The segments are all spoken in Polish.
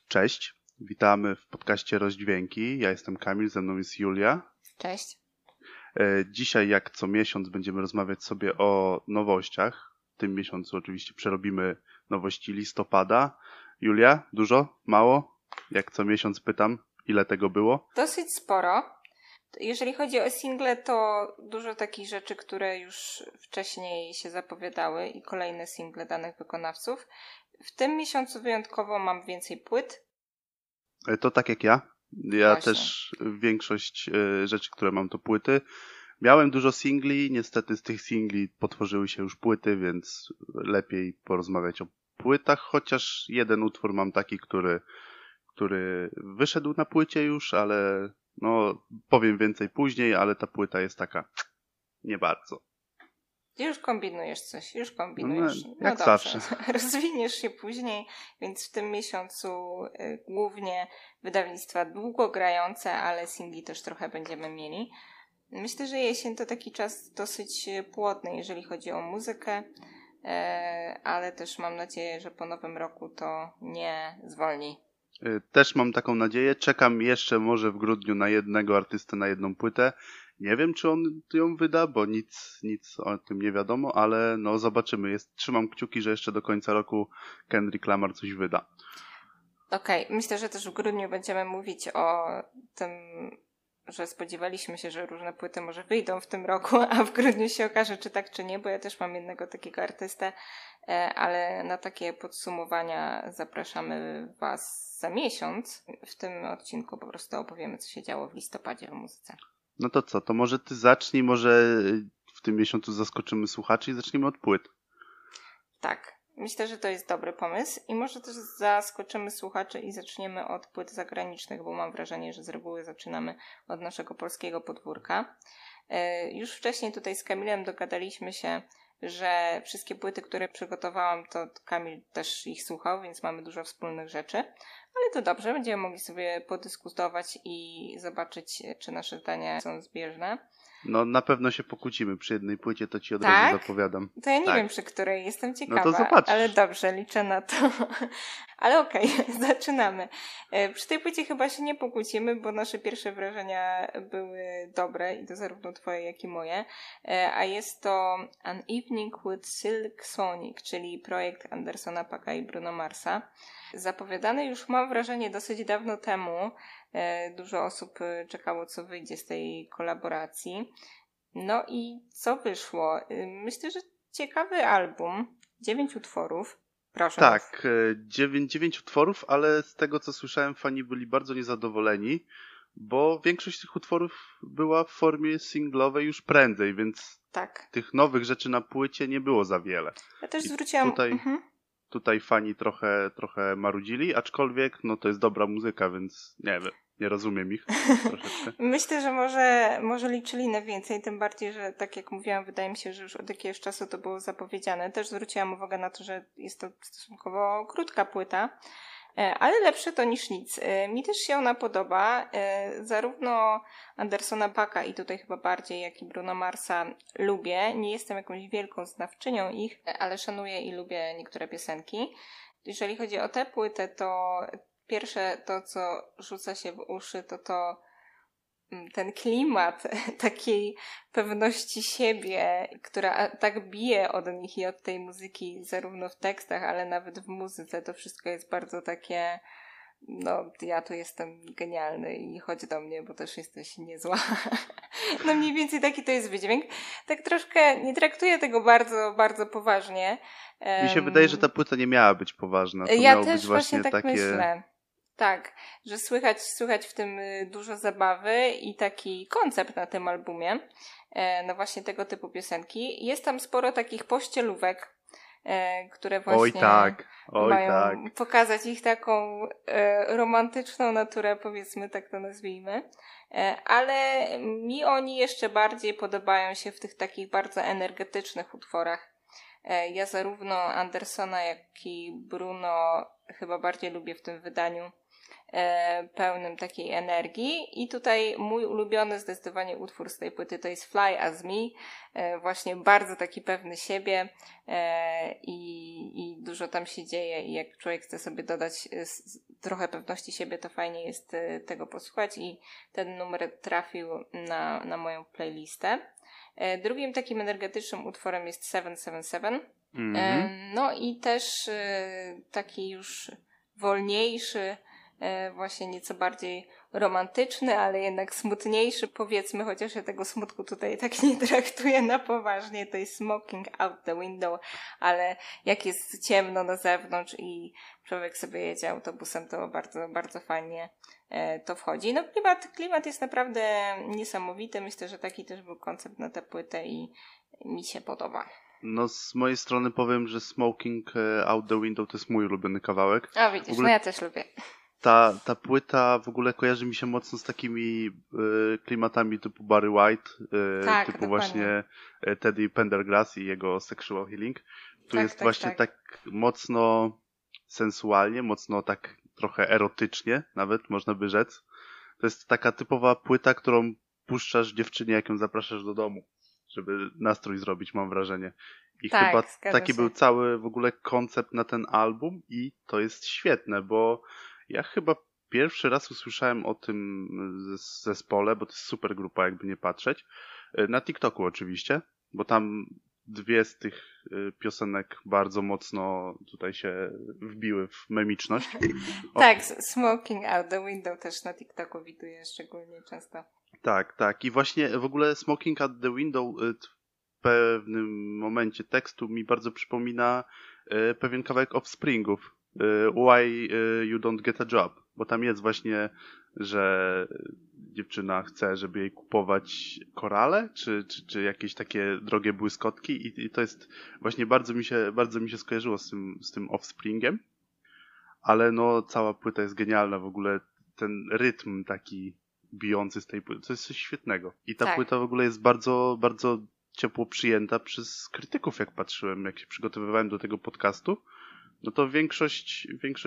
Cześć, witamy w podcaście Rozdźwięki. Ja jestem Kamil, ze mną jest Julia. Cześć. Dzisiaj, jak co miesiąc, będziemy rozmawiać sobie o nowościach. W tym miesiącu oczywiście przerobimy nowości listopada. Julia, dużo? Mało? Jak co miesiąc pytam, ile tego było? Dosyć sporo. Jeżeli chodzi o single, to dużo takich rzeczy, które już wcześniej się zapowiadały i kolejne single danych wykonawców. W tym miesiącu wyjątkowo mam więcej płyt. To tak jak ja. Ja Właśnie. też większość rzeczy, które mam, to płyty. Miałem dużo singli, niestety z tych singli potworzyły się już płyty, więc lepiej porozmawiać o płytach, chociaż jeden utwór mam taki, który wyszedł na płycie już, ale no powiem więcej później, ale ta płyta jest taka nie bardzo. Już kombinujesz coś, No, jak dobrze. zawsze. Rozwiniesz się później, więc w tym miesiącu głównie wydawnictwa długogrające, ale singli też trochę będziemy mieli. Myślę, że jesień to taki czas dosyć płodny, jeżeli chodzi o muzykę, ale też mam nadzieję, że po nowym roku to nie zwolni. Też mam taką nadzieję. Czekam jeszcze może w grudniu na jednego artystę, na jedną płytę. Nie wiem, czy on ją wyda, bo nic o tym nie wiadomo, ale no zobaczymy. Trzymam kciuki, że jeszcze do końca roku Kendrick Lamar coś wyda. Okej, myślę, że też w grudniu będziemy mówić o tym, że spodziewaliśmy się, że różne płyty może wyjdą w tym roku, a w grudniu się okaże, czy tak, czy nie, bo ja też mam jednego takiego artystę, ale na takie podsumowania zapraszamy Was za miesiąc. W tym odcinku po prostu opowiemy, co się działo w listopadzie w muzyce. No to co, to może ty zacznij, może w tym miesiącu zaskoczymy słuchaczy i zaczniemy od płyt. Tak, myślę, że to jest dobry pomysł i może też zaskoczymy słuchaczy i zaczniemy od płyt zagranicznych, bo mam wrażenie, że z reguły zaczynamy od naszego polskiego podwórka. Już wcześniej tutaj z Kamilem dogadaliśmy się, że wszystkie płyty, które przygotowałam, to Kamil też ich słuchał, więc mamy dużo wspólnych rzeczy. Ale to dobrze, będziemy mogli sobie podyskutować i zobaczyć, czy nasze zdania są zbieżne. No na pewno się pokłócimy przy jednej płycie, to ci od Tak? razu zapowiadam. To ja nie Tak. wiem, przy której jestem ciekawa. No to zobaczysz. Ale dobrze, liczę na to. Ale okej, zaczynamy. Przy tej płycie chyba się nie pokłócimy, bo nasze pierwsze wrażenia były dobre i to zarówno twoje, jak i moje. A jest to An Evening with Silk Sonic, czyli projekt Andersona Paaka i Bruno Marsa. Zapowiadany już, mam wrażenie, dosyć dawno temu. Dużo osób czekało, co wyjdzie z tej kolaboracji. No i co wyszło? Myślę, że ciekawy album. 9 utworów. Proszę. Tak, 9 utworów, ale z tego co słyszałem, fani byli bardzo niezadowoleni, bo większość tych utworów była w formie singlowej już prędzej, więc Tak. tych nowych rzeczy na płycie nie było za wiele. Ja też I zwróciłam... Tutaj fani trochę marudzili, aczkolwiek no to jest dobra muzyka, więc nie wiem, nie rozumiem ich troszeczkę. Myślę, że może liczyli na więcej, tym bardziej, że tak jak mówiłam, wydaje mi się, że już od jakiegoś czasu to było zapowiedziane. Też zwróciłam uwagę na to, że jest to stosunkowo krótka płyta, ale lepsze to niż nic. Mi też się ona podoba. Zarówno Andersona Paaka i tutaj chyba bardziej, jak i Bruno Marsa lubię. Nie jestem jakąś wielką znawczynią ich, ale szanuję i lubię niektóre piosenki. Jeżeli chodzi o tę płytę, to pierwsze to, co rzuca się w uszy, to ten klimat takiej pewności siebie, która tak bije od nich i od tej muzyki, zarówno w tekstach, ale nawet w muzyce. To wszystko jest bardzo takie, no ja tu jestem genialny i chodź do mnie, bo też jesteś niezła. No mniej więcej taki to jest wydźwięk. Tak troszkę nie traktuję tego bardzo, bardzo poważnie. Mi się wydaje, że ta płyta nie miała być poważna. To ja miało też być właśnie tak takie... myślę. Tak, że słychać w tym dużo zabawy i taki koncept na tym albumie. No właśnie tego typu piosenki. Jest tam sporo takich pościelówek, które właśnie mają pokazać ich taką romantyczną naturę, powiedzmy, tak to nazwijmy. Ale mi oni jeszcze bardziej podobają się w tych takich bardzo energetycznych utworach. Ja zarówno Andersona, jak i Bruno chyba bardziej lubię w tym wydaniu. pełnym takiej energii. I tutaj mój ulubiony zdecydowanie utwór z tej płyty to jest Fly As Me. Właśnie bardzo taki pewny siebie i dużo tam się dzieje i jak człowiek chce sobie dodać trochę pewności siebie, to fajnie jest tego posłuchać i ten numer trafił na moją playlistę. Drugim takim energetycznym utworem jest 777. No i też taki już wolniejszy, właśnie nieco bardziej romantyczny, ale jednak smutniejszy, powiedzmy, chociaż ja tego smutku tutaj tak nie traktuję na poważnie, to jest Smoking Out the Window, ale jak jest ciemno na zewnątrz i człowiek sobie jedzie autobusem, to bardzo, bardzo fajnie to wchodzi. No klimat jest naprawdę niesamowity, myślę, że taki też był koncept na tę płytę i mi się podoba. No z mojej strony powiem, że Smoking Out the Window to jest mój ulubiony kawałek. A widzisz, no ja też lubię. Ta płyta w ogóle kojarzy mi się mocno z takimi klimatami typu Barry White, tak, typu dokładnie. właśnie Teddy Pendergrass i jego Sexual Healing. Tu jest właśnie tak mocno sensualnie, mocno tak trochę erotycznie nawet, można by rzec. To jest taka typowa płyta, którą puszczasz dziewczynie, jak ją zapraszasz do domu, żeby nastrój zrobić, mam wrażenie. I chyba taki był cały w ogóle koncept na ten album i to jest świetne, bo ja chyba pierwszy raz usłyszałem o tym zespole, bo to jest super grupa, jakby nie patrzeć. Na TikToku oczywiście, bo tam dwie z tych piosenek bardzo mocno tutaj się wbiły w memiczność. Tak, Smoking Out the Window też na TikToku widuję szczególnie często. Tak. I właśnie w ogóle Smoking Out the Window w pewnym momencie tekstu mi bardzo przypomina pewien kawałek Offspringów. Why you don't get a job? Bo tam jest właśnie, że dziewczyna chce, żeby jej kupować korale, czy jakieś takie drogie błyskotki i to jest właśnie bardzo mi się skojarzyło z tym Offspringiem, ale no cała płyta jest genialna, w ogóle ten rytm taki bijący z tej płyty, to jest coś świetnego. I ta płyta w ogóle jest bardzo, bardzo ciepło przyjęta przez krytyków, jak patrzyłem, jak się przygotowywałem do tego podcastu. No to większość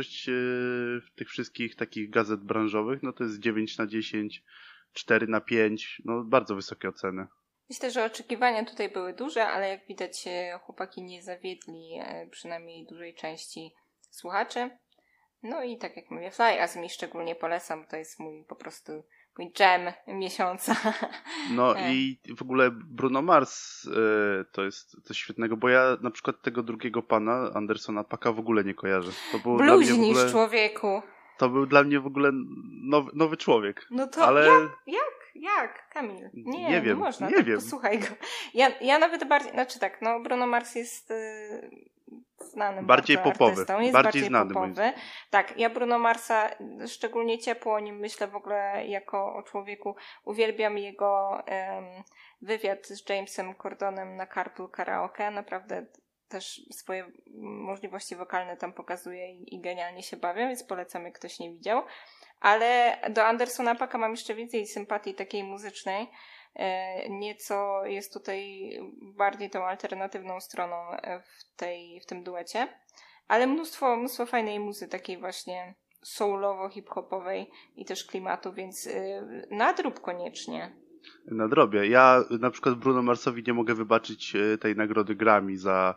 tych wszystkich takich gazet branżowych, no to jest 9/10, 4/5, no bardzo wysokie oceny. Myślę, że oczekiwania tutaj były duże, ale jak widać chłopaki nie zawiedli przynajmniej dużej części słuchaczy. No i tak jak mówię, Fly As Me szczególnie polecam, to jest po prostu mój jam miesiąca. No i w ogóle Bruno Mars to jest coś świetnego, bo ja na przykład tego drugiego pana, Andersona Paaka, w ogóle nie kojarzę. To był Bluźnisz, człowieku. To był dla mnie w ogóle nowy człowiek. No to ale... Jak? Kamil? Nie wiem, nie można. nie wiem. Posłuchaj go. Ja nawet bardziej, znaczy tak, no Bruno Mars jest znanym bardziej popowy. Artystą. Jest bardziej znany popowy. Tak, ja Bruno Marsa szczególnie ciepło o nim myślę w ogóle jako o człowieku. Uwielbiam jego wywiad z Jamesem Cordonem na Carpool Karaoke. Naprawdę też swoje możliwości wokalne tam pokazuje i genialnie się bawię, więc polecam, jak ktoś nie widział. Ale do Andersona Paaka mam jeszcze więcej sympatii takiej muzycznej. Nieco jest tutaj bardziej tą alternatywną stroną w tym duecie. Ale mnóstwo fajnej muzy, takiej właśnie soulowo-hip-hopowej i też klimatu, więc nadrób koniecznie. Nadrobię. Ja na przykład Bruno Marsowi nie mogę wybaczyć tej nagrody Grammy za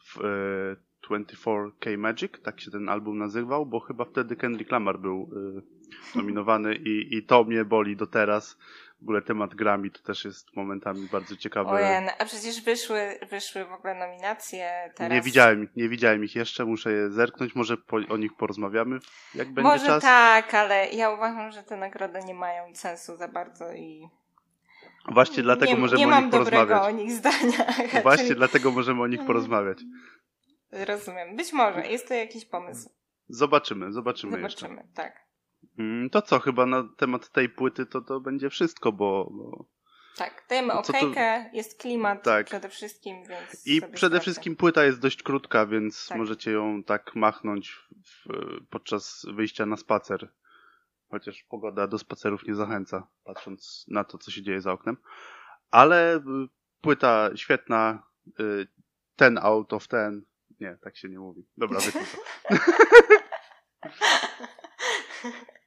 24K Magic, tak się ten album nazywał, bo chyba wtedy Kendrick Lamar był nominowany i to mnie boli do teraz. W ogóle temat Grammy to też jest momentami bardzo ciekawy. Ojej, a przecież wyszły w ogóle nominacje teraz. Nie widziałem ich jeszcze, muszę je zerknąć, może o nich porozmawiamy, jak będzie może czas. Może tak, ale ja uważam, że te nagrody nie mają sensu za bardzo i właśnie dlatego możemy o nich porozmawiać. Nie mam dobrego o nich zdania. Właśnie dlatego możemy o nich porozmawiać. Rozumiem. Być może. Jest to jakiś pomysł. Zobaczymy jeszcze. Tak. To co, chyba na temat tej płyty to będzie wszystko, bo... Tak, dajemy okejkę, jest klimat przede wszystkim, więc... I przede wszystkim płyta jest dość krótka, więc możecie ją tak machnąć podczas wyjścia na spacer. Chociaż pogoda do spacerów nie zachęca, patrząc na to, co się dzieje za oknem. Ale płyta świetna, 10 out of 10. Nie, tak się nie mówi. Dobra, wytnę to.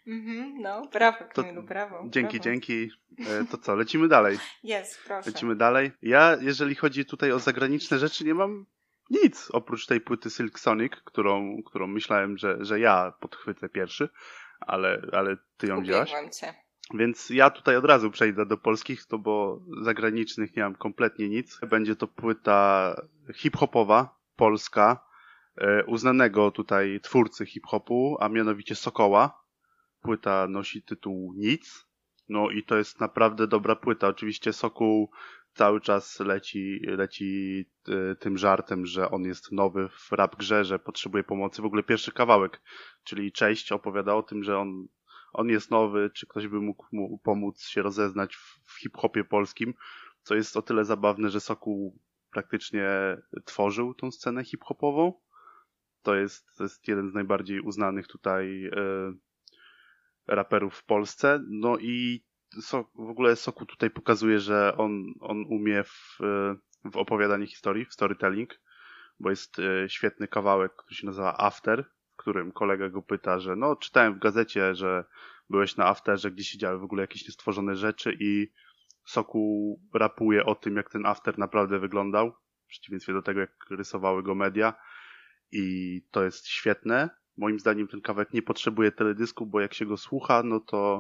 No, brawo Kamilu, brawo. Dzięki, brawo. dzięki. To co, lecimy dalej. Proszę. Lecimy dalej. Ja, jeżeli chodzi tutaj o zagraniczne rzeczy, nie mam nic oprócz tej płyty Silk Sonic, którą myślałem, że ja podchwycę pierwszy, ale ty ją wzięłaś. Ubiegłam cię. Więc ja tutaj od razu przejdę do polskich, bo zagranicznych nie mam kompletnie nic. Będzie to płyta hip-hopowa, polska, uznanego tutaj twórcy hip-hopu, a mianowicie Sokoła. Płyta nosi tytuł Nic. No i to jest naprawdę dobra płyta. Oczywiście Sokół cały czas leci tym żartem, że on jest nowy w rap grze, że potrzebuje pomocy. W ogóle pierwszy kawałek, czyli Cześć, opowiada o tym, że on jest nowy, czy ktoś by mógł mu pomóc się rozeznać w hip-hopie polskim, co jest o tyle zabawne, że Sokół praktycznie tworzył tą scenę hip-hopową. To jest jeden z najbardziej uznanych tutaj raperów w Polsce. No i w ogóle Sokół tutaj pokazuje, że on umie w opowiadaniu historii, w storytelling, bo jest świetny kawałek, który się nazywa After, w którym kolega go pyta, że no czytałem w gazecie, że byłeś na afterze, gdzie się działy w ogóle jakieś niestworzone rzeczy i Sokół rapuje o tym, jak ten after naprawdę wyglądał, w przeciwieństwie do tego, jak rysowały go media i to jest świetne. Moim zdaniem ten kawałek nie potrzebuje teledysku, bo jak się go słucha, no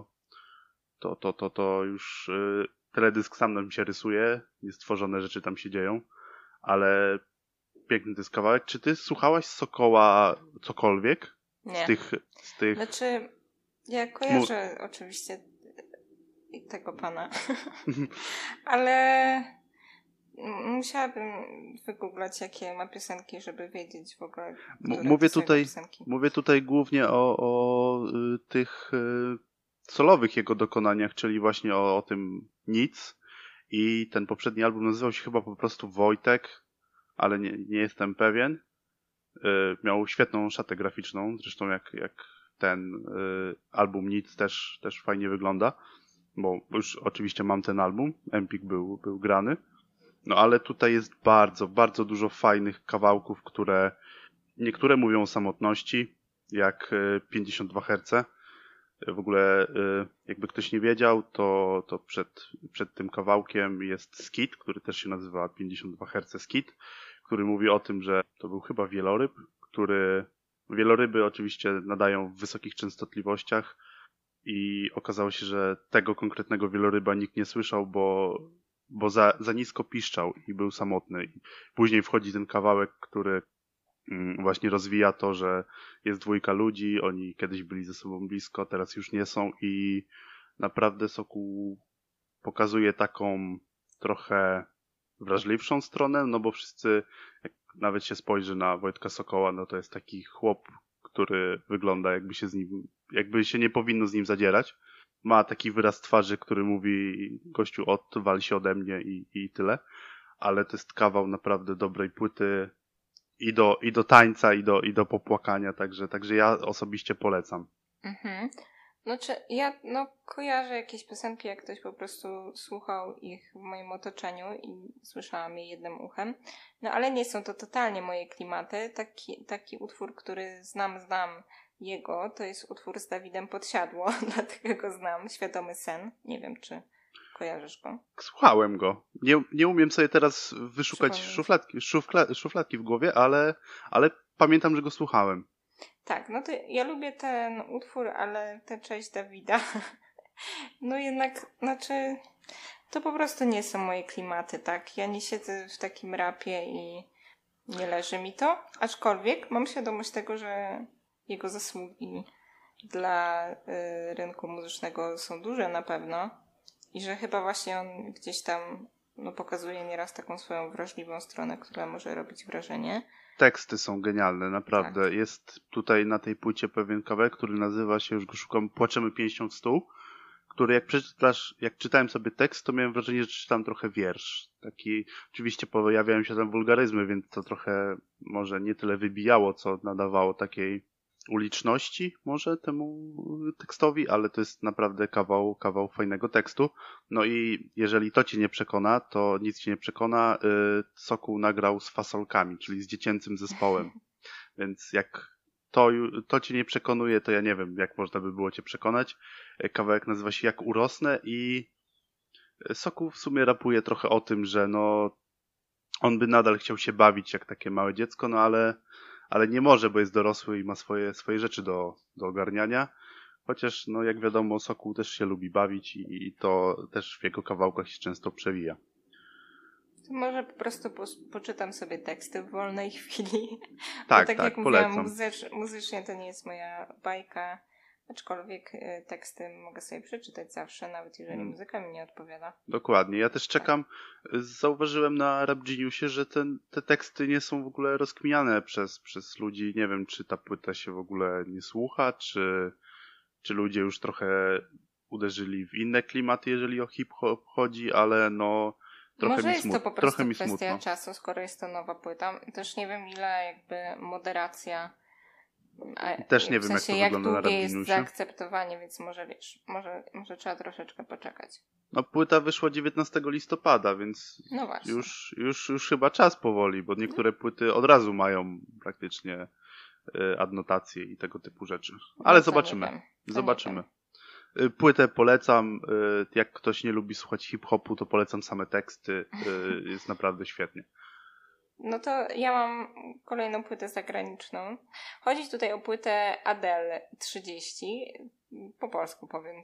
to już teledysk sam nam się rysuje, niestworzone rzeczy tam się dzieją, ale piękny to jest kawałek. Czy ty słuchałaś Sokoła cokolwiek? Nie. Z tych... Znaczy, ja kojarzę oczywiście tego pana, ale musiałabym wygooglać, jakie ma piosenki, żeby wiedzieć w ogóle, Mówię tutaj głównie o tych solowych jego dokonaniach, czyli właśnie o tym Nic. I ten poprzedni album nazywał się chyba po prostu Wojtek, ale nie jestem pewien. Miał świetną szatę graficzną, zresztą jak ten album Nic też fajnie wygląda, bo już oczywiście mam ten album, Empik był grany. No ale tutaj jest bardzo, bardzo dużo fajnych kawałków, niektóre mówią o samotności, jak 52 Hz. W ogóle jakby ktoś nie wiedział, to przed tym kawałkiem jest skit, który też się nazywa 52 Hz skit, który mówi o tym, że to był chyba wieloryb, wieloryby oczywiście nadają w wysokich częstotliwościach i okazało się, że tego konkretnego wieloryba nikt nie słyszał, bo za nisko piszczał i był samotny. I później wchodzi ten kawałek, który właśnie rozwija to, że jest dwójka ludzi, oni kiedyś byli ze sobą blisko, teraz już nie są i naprawdę Sokół pokazuje taką trochę wrażliwszą stronę, no bo wszyscy, jak nawet się spojrzy na Wojtka Sokoła, no to jest taki chłop, który wygląda jakby się nie powinno z nim zadzierać. Ma taki wyraz twarzy, który mówi gościu odwal się ode mnie i tyle, ale to jest kawał naprawdę dobrej płyty i do tańca i do popłakania, także ja osobiście polecam. Znaczy, ja kojarzę jakieś piosenki, jak ktoś po prostu słuchał ich w moim otoczeniu i słyszałam je jednym uchem. No ale nie są to totalnie moje klimaty. Taki utwór, który znam jego, to jest utwór z Dawidem Podsiadło, dlatego go znam, Świadomy sen. Nie wiem, czy kojarzysz go. Słuchałem go. Nie umiem sobie teraz wyszukać szufladki w głowie, ale pamiętam, że go słuchałem. Tak, no to ja lubię ten utwór, ale tę część Dawida, no jednak, znaczy, to po prostu nie są moje klimaty, tak? Ja nie siedzę w takim rapie i nie leży mi to, aczkolwiek mam świadomość tego, że jego zasługi dla rynku muzycznego są duże na pewno i że chyba właśnie on gdzieś tam pokazuje nieraz taką swoją wrażliwą stronę, która może robić wrażenie. Teksty są genialne, naprawdę. Tak. Jest tutaj na tej płycie pewien kawałek, który nazywa się, już go szukam, Płaczemy pięścią w stół, który jak czytałem sobie tekst, to miałem wrażenie, że czytam trochę wiersz. Taki, oczywiście pojawiają się tam wulgaryzmy, więc to trochę może nie tyle wybijało, co nadawało takiej uliczności może temu tekstowi, ale to jest naprawdę kawał fajnego tekstu. No i jeżeli to cię nie przekona, to nic cię nie przekona. Sokół nagrał z Fasolkami, czyli z dziecięcym zespołem. Więc jak to cię nie przekonuje, to ja nie wiem, jak można by było cię przekonać. Kawałek nazywa się Jak urosnę i Sokół w sumie rapuje trochę o tym, że no on by nadal chciał się bawić jak takie małe dziecko, no ale nie może, bo jest dorosły i ma swoje rzeczy do ogarniania. Chociaż, no jak wiadomo, Sokół też się lubi bawić i to też w jego kawałkach się często przewija. To może po prostu poczytam sobie teksty w wolnej chwili. Tak, bo tak jak polecam. mówiłam, muzycznie to nie jest moja bajka, aczkolwiek teksty mogę sobie przeczytać zawsze, nawet jeżeli muzyka mi nie odpowiada. Dokładnie. Ja też czekam. Zauważyłem na Rap Geniusie, że te teksty nie są w ogóle rozkminiane przez ludzi. Nie wiem, czy ta płyta się w ogóle nie słucha, czy ludzie już trochę uderzyli w inne klimaty, jeżeli o hip-hop chodzi, ale no trochę może mi jest smutno. to po prostu trochę mi kwestia smutno. czasu, skoro jest to nowa płyta. Też nie wiem, ile jakby moderacja. Też nie wiem, jak to wygląda na Rap długie jest Geniusie. zaakceptowanie, więc może wiesz, może trzeba troszeczkę poczekać. No płyta wyszła 19 listopada, więc No właśnie. już chyba czas powoli, bo niektóre płyty od razu mają praktycznie adnotacje i tego typu rzeczy. Ale zobaczymy. Zobaczymy. Płytę polecam. Jak ktoś nie lubi słuchać hip-hopu, to polecam same teksty. Jest naprawdę świetnie. No to ja mam kolejną płytę zagraniczną. Chodzi tutaj o płytę Adele 30. Po polsku powiem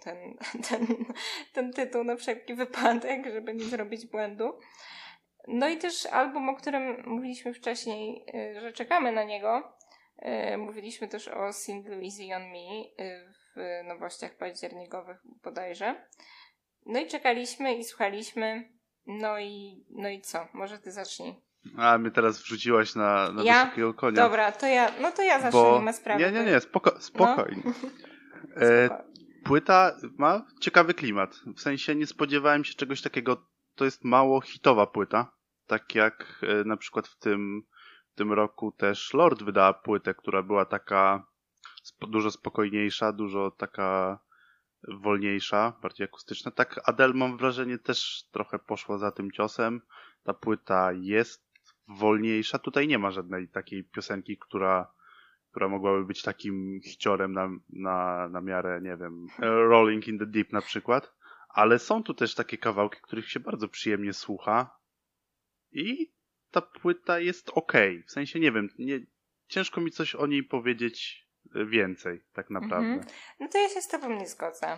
ten tytuł na wszelki wypadek, żeby nie zrobić błędu. No i też album, o którym mówiliśmy wcześniej, że czekamy na niego. Mówiliśmy też o singlu Easy on Me w nowościach październikowych bodajże. No i czekaliśmy i słuchaliśmy. No i co? Może ty zacznij. A, mnie teraz wrzuciłaś na wysokiego konia. Dobra, to ja zacznę, nie ma sprawy. Nie, spokojnie. No. Płyta ma ciekawy klimat. W sensie nie spodziewałem się czegoś takiego. To jest mało hitowa płyta. Tak jak na przykład w tym roku też Lord wydała płytę, która była taka dużo spokojniejsza, dużo taka wolniejsza, bardziej akustyczna. Tak Adele, mam wrażenie, też trochę poszła za tym ciosem. Ta płyta jest wolniejsza. Tutaj nie ma żadnej takiej piosenki, która mogłaby być takim hiciorem na miarę, nie wiem, Rolling in the Deep na przykład. Ale są tu też takie kawałki, których się bardzo przyjemnie słucha. I ta płyta jest okej. W sensie, nie wiem, ciężko mi coś o niej powiedzieć więcej, tak naprawdę. No to ja się z tobą nie zgodzę.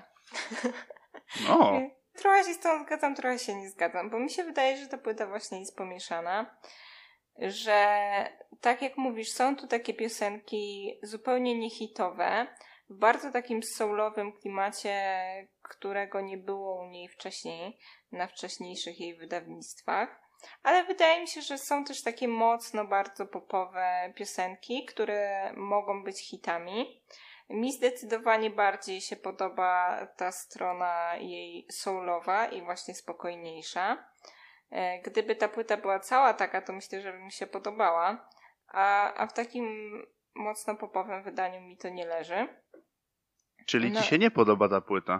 No. Trochę się z tobą zgadzam, trochę się nie zgadzam, bo mi się wydaje, że ta płyta właśnie jest pomieszana. Że tak jak mówisz, są tu takie piosenki zupełnie niehitowe, w bardzo takim soulowym klimacie, którego nie było u niej wcześniej, na wcześniejszych jej wydawnictwach. Ale wydaje mi się, że są też takie mocno, bardzo popowe piosenki, które mogą być hitami. Mi zdecydowanie bardziej się podoba ta strona jej soulowa i właśnie spokojniejsza. Gdyby ta płyta była cała taka, to myślę, że by mi się podobała. A w takim mocno popowym wydaniu mi to nie leży. Czyli ci się nie podoba ta płyta?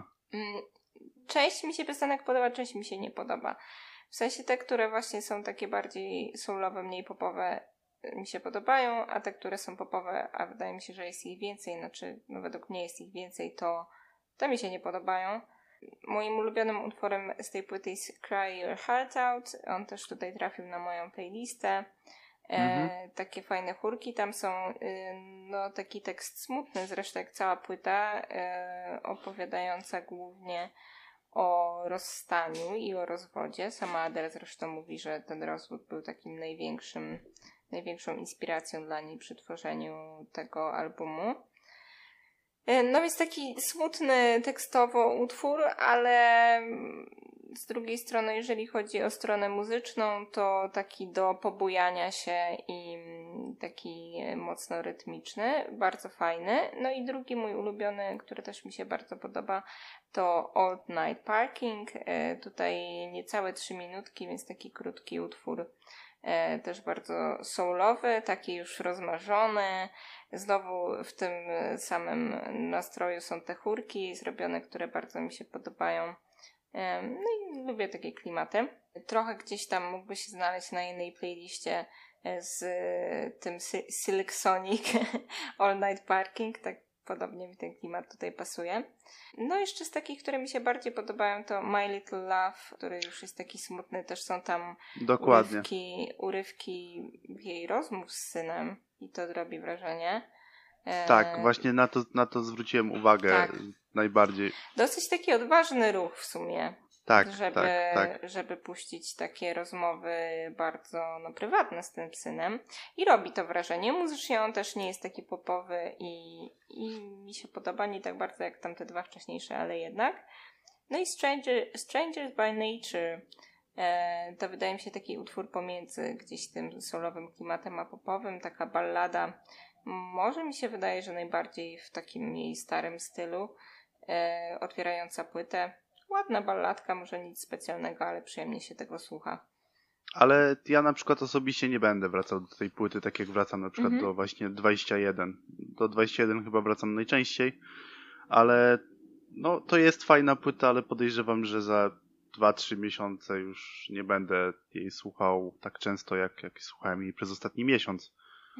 Część mi się piosenek podoba, część mi się nie podoba. W sensie te, które właśnie są takie bardziej soulowe, mniej popowe, mi się podobają, a te, które są popowe, a wydaje mi się, że jest ich więcej, no według mnie jest ich więcej, to mi się nie podobają. Moim ulubionym utworem z tej płyty jest Cry Your Heart Out. On też tutaj trafił na moją playlistę. Takie fajne chórki tam są. No taki tekst smutny, zresztą jak cała płyta, opowiadająca głównie o rozstaniu i o rozwodzie. Sama Adele zresztą mówi, że ten rozwód był takim największą inspiracją dla niej przy tworzeniu tego albumu. No więc taki smutny tekstowo utwór, ale z drugiej strony, jeżeli chodzi o stronę muzyczną, to taki do pobujania się i taki mocno rytmiczny, bardzo fajny. No i drugi mój ulubiony, który też mi się bardzo podoba, to Old Night Parking. Tutaj niecałe 3 minutki, więc taki krótki utwór. Też bardzo soulowy, taki już rozmarzony. Znowu w tym samym nastroju są te chórki zrobione, które bardzo mi się podobają. No i lubię takie klimaty. Trochę gdzieś tam mógłby się znaleźć na innej playliście z tym Silk Sonic All Night Parking, tak podobnie mi ten klimat tutaj pasuje. No jeszcze z takich, które mi się bardziej podobają, to My Little Love, który już jest taki smutny, też są tam Dokładnie. urywki jej rozmów z synem i to robi wrażenie. Tak, właśnie na to zwróciłem uwagę najbardziej. Dosyć taki odważny ruch w sumie. Tak, żeby puścić takie rozmowy bardzo prywatne z tym synem. I robi to wrażenie. Muzycznie on też nie jest taki popowy i mi się podoba nie tak bardzo jak tamte dwa wcześniejsze, ale jednak. No i Strangers by Nature to wydaje mi się taki utwór pomiędzy gdzieś tym solowym klimatem a popowym, taka ballada. Może mi się wydaje, że najbardziej w takim jej starym stylu, otwierająca płytę. Ładna balladka, może nic specjalnego, ale przyjemnie się tego słucha. Ale ja na przykład osobiście nie będę wracał do tej płyty, tak jak wracam na przykład do właśnie 21. Do 21 chyba wracam najczęściej, ale no to jest fajna płyta, ale podejrzewam, że za 2-3 miesiące już nie będę jej słuchał tak często, jak słuchałem jej przez ostatni miesiąc.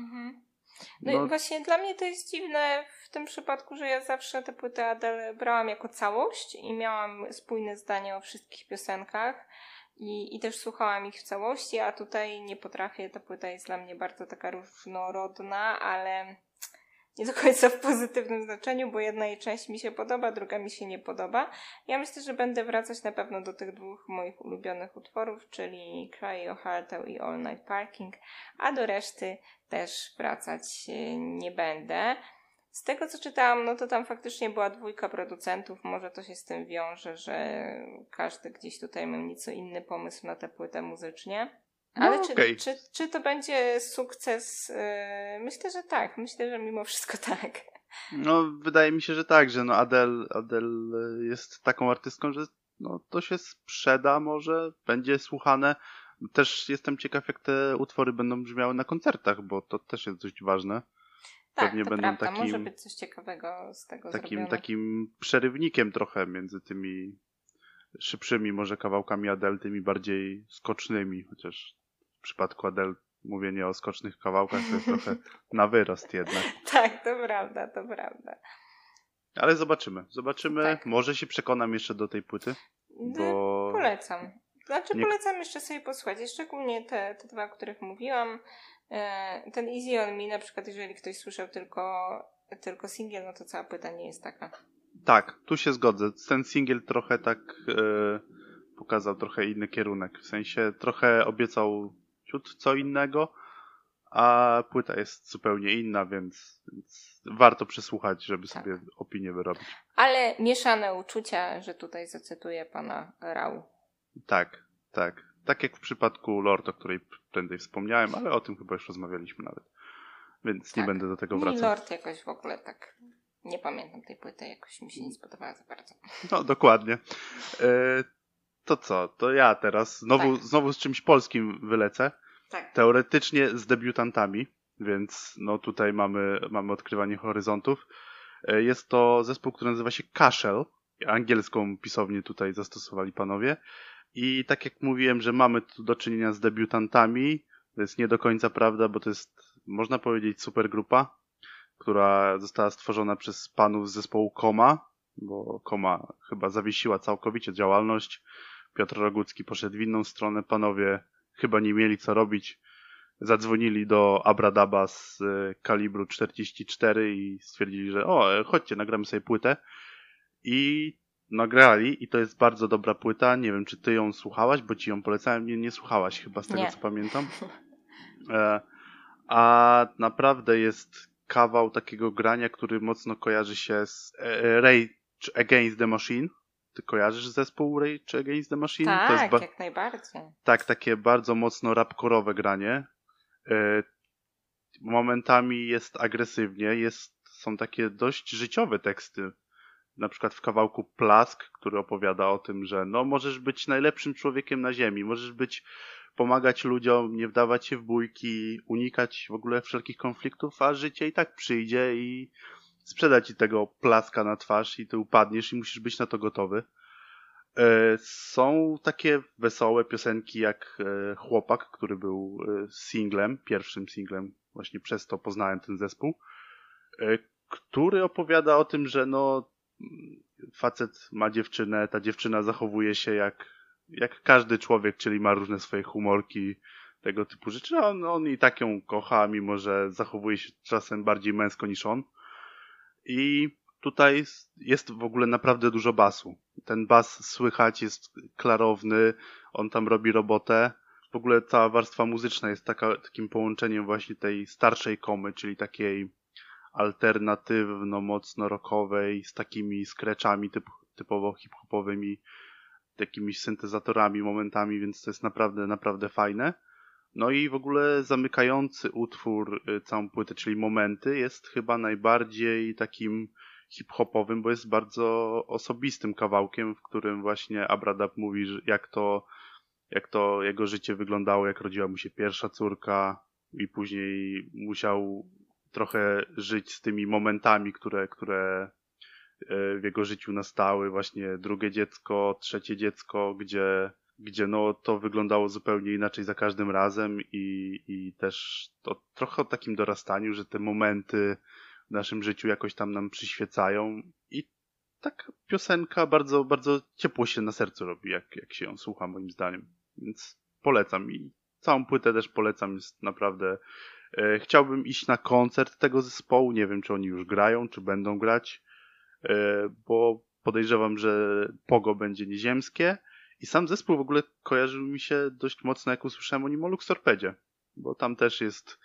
No i właśnie dla mnie to jest dziwne w tym przypadku, że ja zawsze tę płytę Adele brałam jako całość i miałam spójne zdanie o wszystkich piosenkach i też słuchałam ich w całości, a tutaj nie potrafię. Ta płyta jest dla mnie bardzo taka różnorodna, ale nie do końca w pozytywnym znaczeniu, bo jedna jej część mi się podoba, druga mi się nie podoba. Ja myślę, że będę wracać na pewno do tych dwóch moich ulubionych utworów, czyli Cry Your Heart Out i All Night Parking, a do reszty też wracać nie będę. Z tego co czytałam, no to tam faktycznie była dwójka producentów, może to się z tym wiąże, że każdy gdzieś tutaj miał nieco inny pomysł na tę płytę muzycznie. Ale czy to będzie sukces? Myślę, że tak. Myślę, że mimo wszystko tak. No, wydaje mi się, że tak, że no Adele jest taką artystką, że no to się sprzeda może, będzie słuchane. Też jestem ciekaw, jak te utwory będą brzmiały na koncertach, bo to też jest dość ważne. Tak, pewnie to będą prawda. Może być coś ciekawego z tego zrobione. Takim przerywnikiem trochę między tymi szybszymi może kawałkami Adele, tymi bardziej skocznymi, chociaż w przypadku Adele mówienie o skocznych kawałkach to jest trochę na wyrost jednak. Tak, to prawda. Ale zobaczymy. Tak. Może się przekonam jeszcze do tej płyty. Bo... Polecam. Polecam jeszcze sobie posłuchać. Szczególnie te dwa, o których mówiłam. Ten Easy On Me na przykład, jeżeli ktoś słyszał tylko singiel, no to cała płyta nie jest taka. Tak, tu się zgodzę. Ten singiel trochę tak pokazał trochę inny kierunek. W sensie trochę obiecał ciut co innego, a płyta jest zupełnie inna, więc warto przesłuchać, żeby sobie opinię wyrobić. Ale mieszane uczucia, że tutaj zacytuję pana Rau. Tak. Tak jak w przypadku Lord, o której prędzej wspomniałem, ale o tym chyba już rozmawialiśmy nawet. Więc nie będę do tego wracał. Lord jakoś w ogóle tak... Nie pamiętam tej płyty, jakoś mi się nie spodobała za bardzo. No, dokładnie. To co? To ja teraz znowu z czymś polskim wylecę. Tak. Teoretycznie z debiutantami, więc no tutaj mamy odkrywanie horyzontów. Jest to zespół, który nazywa się Kaszel. Angielską pisownię tutaj zastosowali panowie. I tak jak mówiłem, że mamy tu do czynienia z debiutantami, to jest nie do końca prawda, bo to jest, można powiedzieć, supergrupa, która została stworzona przez panów z zespołu Koma, bo Koma chyba zawiesiła całkowicie działalność. Piotr Rogucki poszedł w inną stronę. Panowie chyba nie mieli co robić. Zadzwonili do Abradaba z kalibru 44 i stwierdzili, że chodźcie, nagramy sobie płytę. I nagrali i to jest bardzo dobra płyta. Nie wiem, czy ty ją słuchałaś, bo ci ją polecałem. Nie słuchałaś chyba z tego, co pamiętam. A naprawdę jest kawał takiego grania, który mocno kojarzy się z Rage Against the Machine. Ty kojarzysz zespół Rage Against the Machine? Tak, to jest jak najbardziej. Tak, takie bardzo mocno rapkorowe granie. Momentami jest agresywnie, są takie dość życiowe teksty. Na przykład w kawałku Plask, który opowiada o tym, że no możesz być najlepszym człowiekiem na ziemi, możesz pomagać ludziom, nie wdawać się w bójki, unikać w ogóle wszelkich konfliktów, a życie i tak przyjdzie i sprzeda ci tego plaska na twarz i ty upadniesz i musisz być na to gotowy. Są takie wesołe piosenki jak Chłopak, który był singlem, pierwszym singlem, właśnie przez to poznałem ten zespół, który opowiada o tym, że no facet ma dziewczynę, ta dziewczyna zachowuje się jak każdy człowiek, czyli ma różne swoje humorki, tego typu rzeczy. On i tak ją kocha, mimo że zachowuje się czasem bardziej męsko niż on. I tutaj jest w ogóle naprawdę dużo basu. Ten bas słychać, jest klarowny, on tam robi robotę. W ogóle cała warstwa muzyczna jest takim połączeniem właśnie tej starszej komy, czyli takiej alternatywno, mocno rockowej, z takimi scratchami typowo hip-hopowymi, takimi syntezatorami momentami, więc to jest naprawdę, naprawdę fajne. No i w ogóle zamykający utwór, całą płytę, czyli Momenty, jest chyba najbardziej takim hip-hopowym, bo jest bardzo osobistym kawałkiem, w którym właśnie Abradab mówi, że jak to jego życie wyglądało, jak rodziła mu się pierwsza córka i później musiał trochę żyć z tymi momentami, które w jego życiu nastały, właśnie drugie dziecko, trzecie dziecko, gdzie no to wyglądało zupełnie inaczej za każdym razem i też to trochę o takim dorastaniu, że te momenty w naszym życiu jakoś tam nam przyświecają i taka piosenka bardzo, bardzo ciepło się na sercu robi, jak się ją słucha, moim zdaniem. Więc polecam i całą płytę też polecam, jest naprawdę... Chciałbym iść na koncert tego zespołu, nie wiem, czy oni już grają, czy będą grać, bo podejrzewam, że pogo będzie nieziemskie i sam zespół w ogóle kojarzył mi się dość mocno, jak usłyszałem o nim o Luxorpedzie, bo tam też jest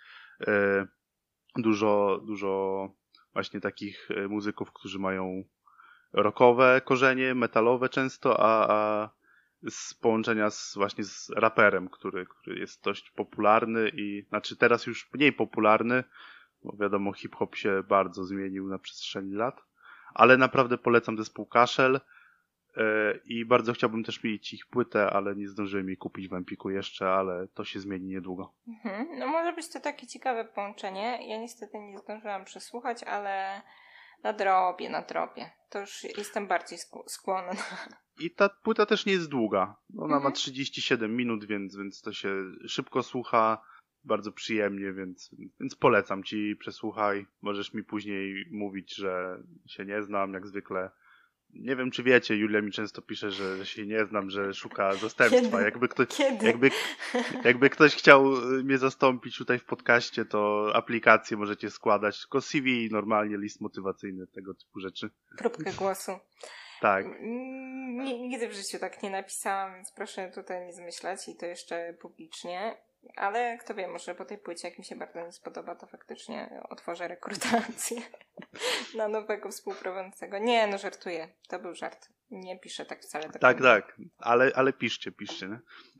dużo właśnie takich muzyków, którzy mają rockowe korzenie, metalowe często, a z połączenia właśnie z raperem, który jest dość popularny i znaczy teraz już mniej popularny, bo wiadomo hip-hop się bardzo zmienił na przestrzeni lat, ale naprawdę polecam zespół Kaszel i bardzo chciałbym też mieć ich płytę, ale nie zdążyłem jej kupić w Empiku jeszcze, ale to się zmieni niedługo. No może być to takie ciekawe połączenie. Ja niestety nie zdążyłam przesłuchać, ale nadrobię. To już jestem bardziej skłonna. I ta płyta też nie jest długa. Ona ma 37 minut, więc to się szybko słucha, bardzo przyjemnie, więc polecam ci, przesłuchaj. Możesz mi później mówić, że się nie znam, jak zwykle. Nie wiem, czy wiecie, Julia mi często pisze, że się nie znam, że szuka zastępstwa. Kiedy? Jakby ktoś chciał mnie zastąpić tutaj w podcaście, to aplikacje możecie składać, tylko CV, normalnie list motywacyjny, tego typu rzeczy. Próbkę głosu. Tak. Nigdy w życiu tak nie napisałam, więc proszę tutaj nie zmyślać i to jeszcze publicznie. Ale kto wie, może po tej płycie, jak mi się bardzo nie spodoba, to faktycznie otworzę rekrutację na nowego współprowadzącego. Nie, no żartuję. To był żart. Nie piszę tak wcale. Tak. Ale piszcie, nie?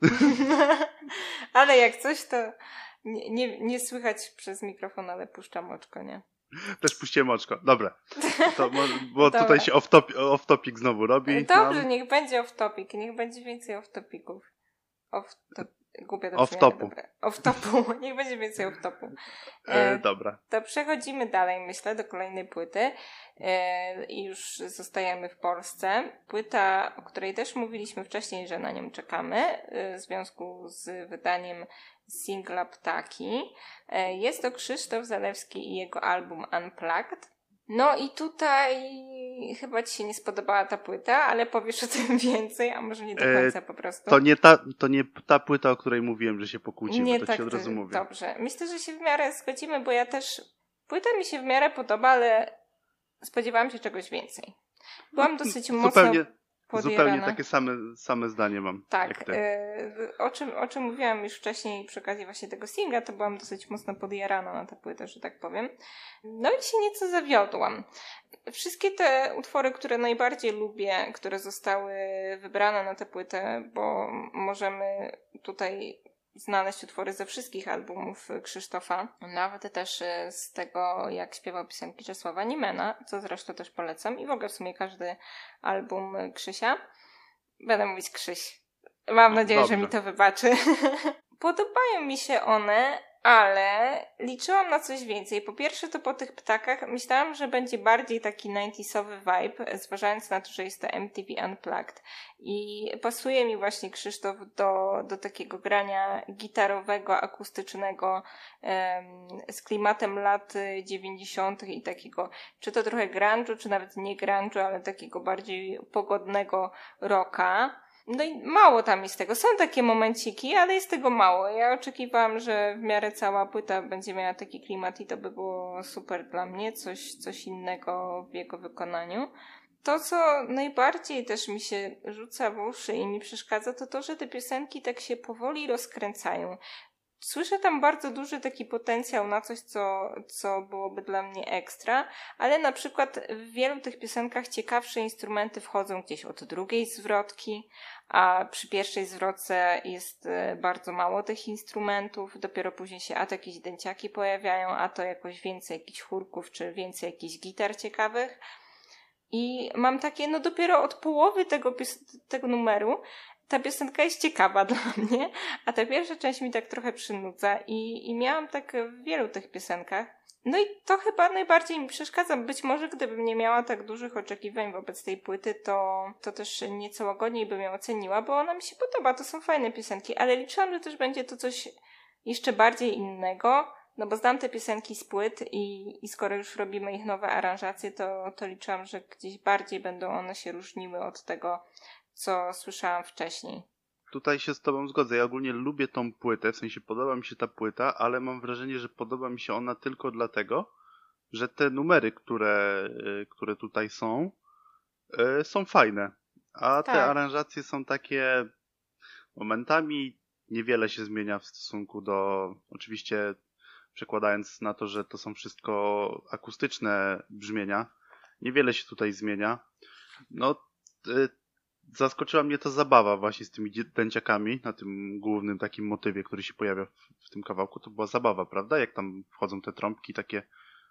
Ale jak coś, to nie słychać przez mikrofon, ale puszczam oczko, nie? Też puściłem oczko. Dobra. Bo dobra. Tutaj się off-topic znowu robi. Dobrze, niech będzie off-topic. Niech będzie więcej off-topiców. Głupie to off-topu. Off-topu. Niech będzie więcej off-topu. Dobra. To przechodzimy dalej, myślę, do kolejnej płyty. I już zostajemy w Polsce. Płyta, o której też mówiliśmy wcześniej, że na nią czekamy, w związku z wydaniem singla Ptaki. Jest to Krzysztof Zalewski i jego album Unplugged. No i tutaj chyba ci się nie spodobała ta płyta, ale powiesz o tym więcej, a może nie do końca po prostu. To nie ta płyta, o której mówiłem, że się pokłócimy, nie, to tak, ci od razu mówię. Dobrze. Myślę, że się w miarę zgodzimy, bo ja też... Płyta mi się w miarę podoba, ale spodziewałam się czegoś więcej. Byłam dosyć mocno podjarana. Zupełnie takie same zdanie mam. Tak. Jak ty. O czym mówiłam już wcześniej przy okazji właśnie tego singla, to byłam dosyć mocno podjarana na tę płytę, że tak powiem. No i się nieco zawiodłam. Wszystkie te utwory, które najbardziej lubię, które zostały wybrane na tę płytę, bo możemy tutaj znaleźć utwory ze wszystkich albumów Krzysztofa, nawet też z tego, jak śpiewał piosenki Czesława Niemena, co zresztą też polecam, i w ogóle w sumie każdy album Krzysia. Będę mówić Krzyś. Mam nadzieję, że mi to wybaczy. Podobają mi się one, ale liczyłam na coś więcej. Po pierwsze to po tych ptakach myślałam, że będzie bardziej taki 90sowy vibe, zważając na to, że jest to MTV Unplugged. I pasuje mi właśnie Krzysztof do takiego grania gitarowego, akustycznego, z klimatem lat 90. i takiego, czy to trochę grunge'u, czy nawet nie grunge'u, ale takiego bardziej pogodnego rocka. No i mało tam jest tego. Są takie momenciki, ale jest tego mało. Ja oczekiwałam, że w miarę cała płyta będzie miała taki klimat i to by było super dla mnie. Coś innego w jego wykonaniu. To, co najbardziej też mi się rzuca w uszy i mi przeszkadza, to, że te piosenki tak się powoli rozkręcają. Słyszę tam bardzo duży taki potencjał na coś, co byłoby dla mnie ekstra, ale na przykład w wielu tych piosenkach ciekawsze instrumenty wchodzą gdzieś od drugiej zwrotki, a przy pierwszej zwrotce jest bardzo mało tych instrumentów, dopiero później się a to jakieś dęciaki pojawiają, a to jakoś więcej jakichś chórków, czy więcej jakichś gitar ciekawych. I mam takie, no dopiero od połowy tego numeru ta piosenka jest ciekawa dla mnie, a ta pierwsza część mi tak trochę przynudza i miałam tak w wielu tych piosenkach. No i to chyba najbardziej mi przeszkadza. Być może gdybym nie miała tak dużych oczekiwań wobec tej płyty, to też nieco łagodniej bym ją oceniła, bo ona mi się podoba, to są fajne piosenki, ale liczyłam, że też będzie to coś jeszcze bardziej innego, no bo znam te piosenki z płyt i skoro już robimy ich nowe aranżacje, to liczyłam, że gdzieś bardziej będą one się różniły od tego, co słyszałam wcześniej. Tutaj się z tobą zgodzę. Ja ogólnie lubię tą płytę, w sensie podoba mi się ta płyta, ale mam wrażenie, że podoba mi się ona tylko dlatego, że te numery, które tutaj są fajne. A te aranżacje są takie momentami niewiele się zmienia w stosunku do, oczywiście przekładając na to, że to są wszystko akustyczne brzmienia, niewiele się tutaj zmienia. No, zaskoczyła mnie ta zabawa właśnie z tymi dęciakami na tym głównym takim motywie, który się pojawia w tym kawałku. To była zabawa, prawda? Jak tam wchodzą te trąbki takie.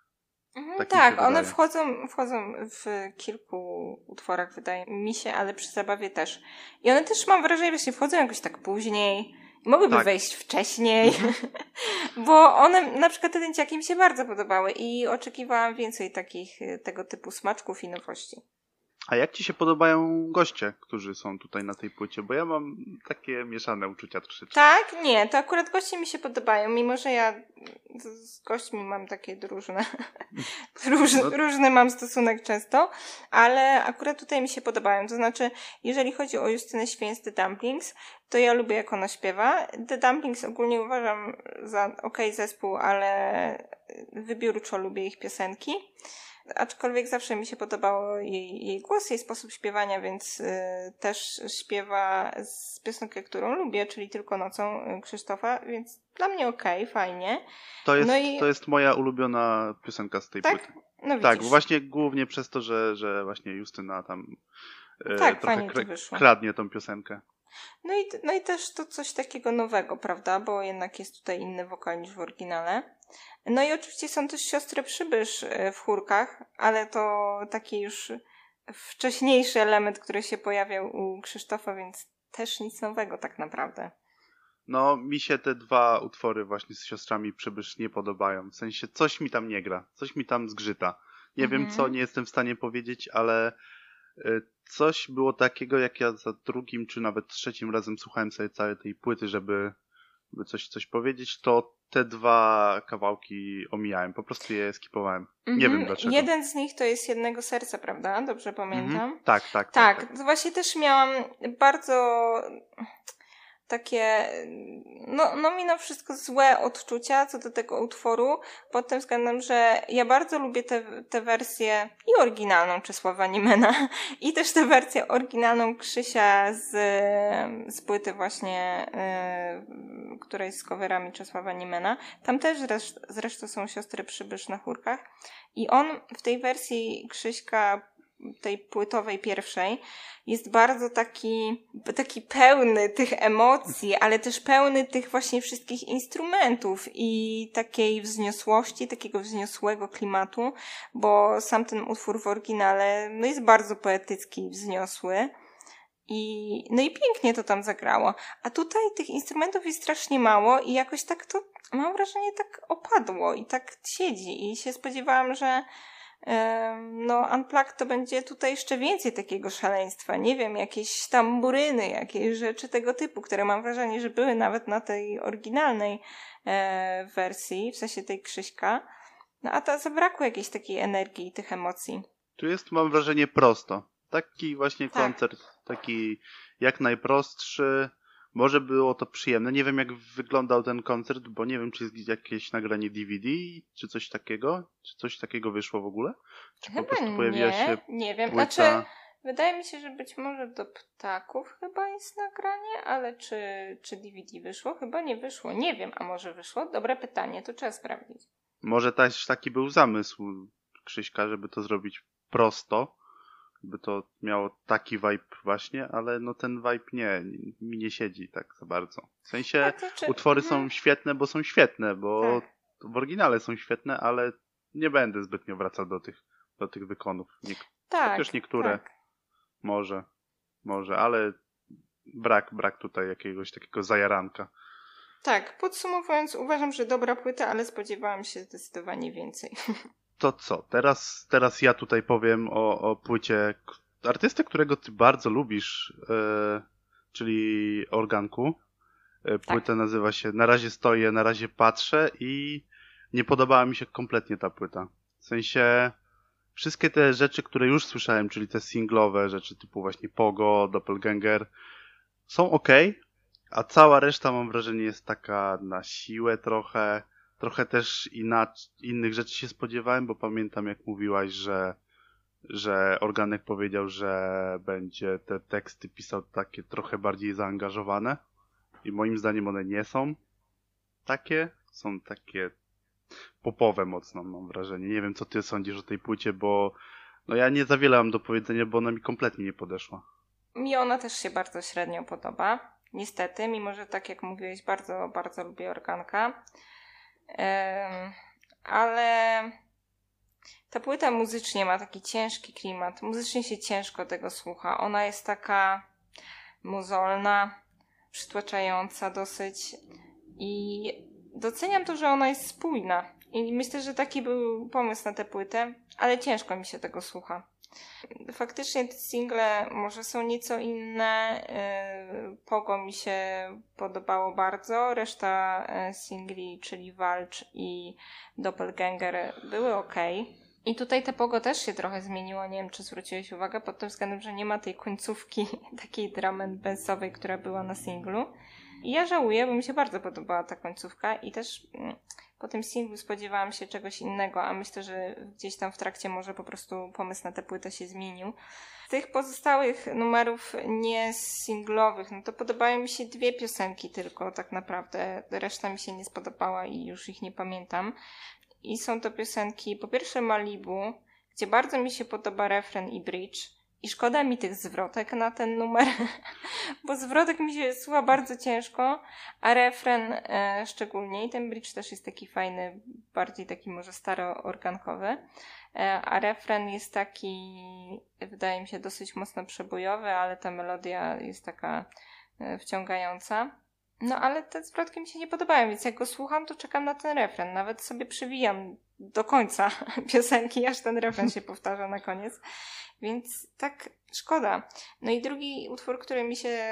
Tak, one wchodzą w kilku utworach, wydaje mi się, ale przy zabawie też. I one też, mam wrażenie, właśnie wchodzą jakoś tak później. Mogłyby wejść wcześniej, bo one, na przykład te dęciaki mi się bardzo podobały i oczekiwałam więcej tego typu smaczków i nowości. A jak ci się podobają goście, którzy są tutaj na tej płycie? Bo ja mam takie mieszane uczucia troszeczkę. Tak? Nie, to akurat goście mi się podobają, mimo że ja z gośćmi mam takie różne, różny mam stosunek często, ale akurat tutaj mi się podobają. To znaczy, jeżeli chodzi o Justynę Święc The Dumplings, to ja lubię, jak ona śpiewa. The Dumplings ogólnie uważam za okej zespół, ale wybiórczo lubię ich piosenki. Aczkolwiek zawsze mi się podobało jej głos, jej sposób śpiewania, więc też śpiewa z piosenkę, którą lubię, czyli Tylko nocą Krzysztofa, więc dla mnie okej, fajnie. To jest moja ulubiona piosenka z tej płyty. No widzisz. Tak, właśnie głównie przez to, że właśnie Justyna tam trochę kradnie tą piosenkę. No i też to coś takiego nowego, prawda? Bo jednak jest tutaj inny wokal niż w oryginale. No i oczywiście są też siostry Przybysz w chórkach, ale to taki już wcześniejszy element, który się pojawiał u Krzysztofa, więc też nic nowego tak naprawdę. No, mi się te dwa utwory właśnie z siostrami Przybysz nie podobają. W sensie coś mi tam nie gra, coś mi tam zgrzyta. Nie wiem co, nie jestem w stanie powiedzieć, ale coś było takiego, jak ja za drugim czy nawet trzecim razem słuchałem sobie całej tej płyty, żeby coś powiedzieć, to te dwa kawałki omijałem. Po prostu je skipowałem. Nie wiem dlaczego. Jeden z nich to jest Jednego serca, prawda? Dobrze pamiętam? Tak. To właśnie też miałam bardzo takie, no mimo wszystko złe odczucia co do tego utworu, pod tym względem, że ja bardzo lubię tę wersję i oryginalną Czesława Niemena i też tę wersję oryginalną Krzysia z płyty właśnie, która jest z coverami Czesława Niemena. Tam też zresztą są siostry Przybysz na chórkach i on w tej wersji Krzyśka tej płytowej pierwszej jest bardzo taki pełny tych emocji, ale też pełny tych właśnie wszystkich instrumentów i takiej wzniosłości, takiego wzniosłego klimatu, bo sam ten utwór w oryginale jest bardzo poetycki i wzniosły No i pięknie to tam zagrało. A tutaj tych instrumentów jest strasznie mało i jakoś tak to, mam wrażenie, tak opadło i tak siedzi. I się spodziewałam, że Unplugged to będzie tutaj jeszcze więcej takiego szaleństwa. Nie wiem, jakieś tamburyny, jakieś rzeczy tego typu, które mam wrażenie, że były nawet na tej oryginalnej wersji, w sensie tej Krzyśka. No a to zabrakło jakiejś takiej energii i tych emocji. Tu jest, mam wrażenie, prosto. Taki właśnie Tak. koncert, taki jak najprostszy. Może było to przyjemne. Nie wiem, jak wyglądał ten koncert, bo nie wiem, czy jest jakieś nagranie DVD, czy coś takiego. Czy coś takiego wyszło w ogóle? Czy Chyba po prostu pojawiła się nie wiem. płyta? Znaczy, wydaje mi się, że być może do Ptaków chyba jest nagranie, ale czy DVD wyszło? Chyba nie wyszło. Nie wiem, a może wyszło? Dobre pytanie, to trzeba sprawdzić. Może też taki był zamysł Krzyśka, żeby to zrobić prosto, by to miało taki vibe właśnie, ale no ten vibe mi nie siedzi tak za bardzo. W sensie utwory są świetne, bo są świetne, bo tak. w oryginale są świetne, ale nie będę zbytnio wracał do tych wykonów. Tak. Chociaż niektóre Tak. może, ale brak tutaj jakiegoś takiego zajaranka. Tak, podsumowując, uważam, że dobra płyta, ale spodziewałam się zdecydowanie więcej. To co? Teraz ja tutaj powiem o płycie artysty, którego ty bardzo lubisz, czyli Organku. Płyta nazywa się Na razie stoję, na razie patrzę i nie podobała mi się kompletnie ta płyta. W sensie wszystkie te rzeczy, które już słyszałem, czyli te singlowe rzeczy typu właśnie Pogo, Doppelganger, są okej, a cała reszta, mam wrażenie, jest taka na siłę trochę. Trochę też innych rzeczy się spodziewałem, bo pamiętam, jak mówiłaś, że Organek powiedział, że będzie te teksty pisał takie trochę bardziej zaangażowane. I moim zdaniem one nie są takie. Są takie popowe mocno, mam wrażenie. Nie wiem, co ty sądzisz o tej płycie, bo no ja nie za wiele mam do powiedzenia, bo ona mi kompletnie nie podeszła. Mi ona też się bardzo średnio podoba. Niestety, mimo że tak jak mówiłeś, bardzo, bardzo lubię Organka. Ale ta płyta muzycznie ma taki ciężki klimat. Muzycznie się ciężko tego słucha. Ona jest taka mozolna, przytłaczająca dosyć i doceniam to, że ona jest spójna. I myślę, że taki był pomysł na tę płytę, ale ciężko mi się tego słucha. Faktycznie te single może są nieco inne. Pogo mi się podobało bardzo. Reszta singli, czyli Walcz i Doppelganger, były okej. I tutaj te Pogo też się trochę zmieniło. Nie wiem, czy zwróciłeś uwagę pod tym względem, że nie ma tej końcówki takiej drum and bassowej, która była na singlu. I ja żałuję, bo mi się bardzo podobała ta końcówka i też po tym singlu spodziewałam się czegoś innego, a myślę, że gdzieś tam w trakcie może po prostu pomysł na tę płytę się zmienił. Z tych pozostałych numerów nie singlowych, no to podobają mi się 2 piosenki tylko tak naprawdę. Reszta mi się nie spodobała i już ich nie pamiętam. I są to piosenki, po pierwsze Malibu, gdzie bardzo mi się podoba refren i bridge. I szkoda mi tych zwrotek na ten numer, bo zwrotek mi się słucha bardzo ciężko, a refren szczególnie. I ten bridge też jest taki fajny, bardziej taki może staroorgankowy. A refren jest taki, wydaje mi się, dosyć mocno przebojowy, ale ta melodia jest taka wciągająca. No ale te zwrotki mi się nie podobają, więc jak go słucham, to czekam na ten refren. Nawet sobie przewijam do końca piosenki, aż ten refren się powtarza na koniec. Więc tak szkoda. No i drugi utwór, który mi się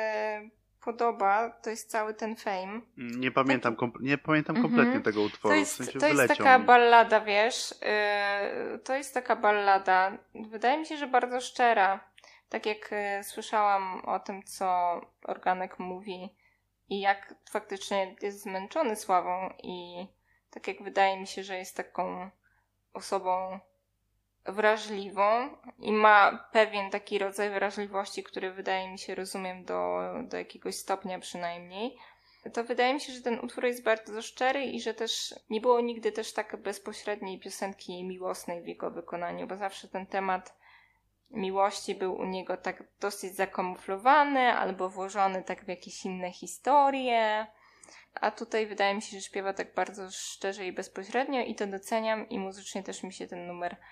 podoba, to jest cały ten Fame. Nie pamiętam, nie pamiętam kompletnie tego utworu. To jest taka ballada, wiesz. To jest taka ballada. Wydaje mi się, że bardzo szczera. Tak jak słyszałam o tym, co Organek mówi i jak faktycznie jest zmęczony sławą i tak jak wydaje mi się, że jest taką osobą wrażliwą i ma pewien taki rodzaj wrażliwości, który wydaje mi się, rozumiem do jakiegoś stopnia przynajmniej, to wydaje mi się, że ten utwór jest bardzo szczery i że też nie było nigdy też tak bezpośredniej piosenki miłosnej w jego wykonaniu, bo zawsze ten temat miłości był u niego tak dosyć zakamuflowany albo włożony tak w jakieś inne historie, a tutaj wydaje mi się, że śpiewa tak bardzo szczerze i bezpośrednio i to doceniam i muzycznie też mi się ten numer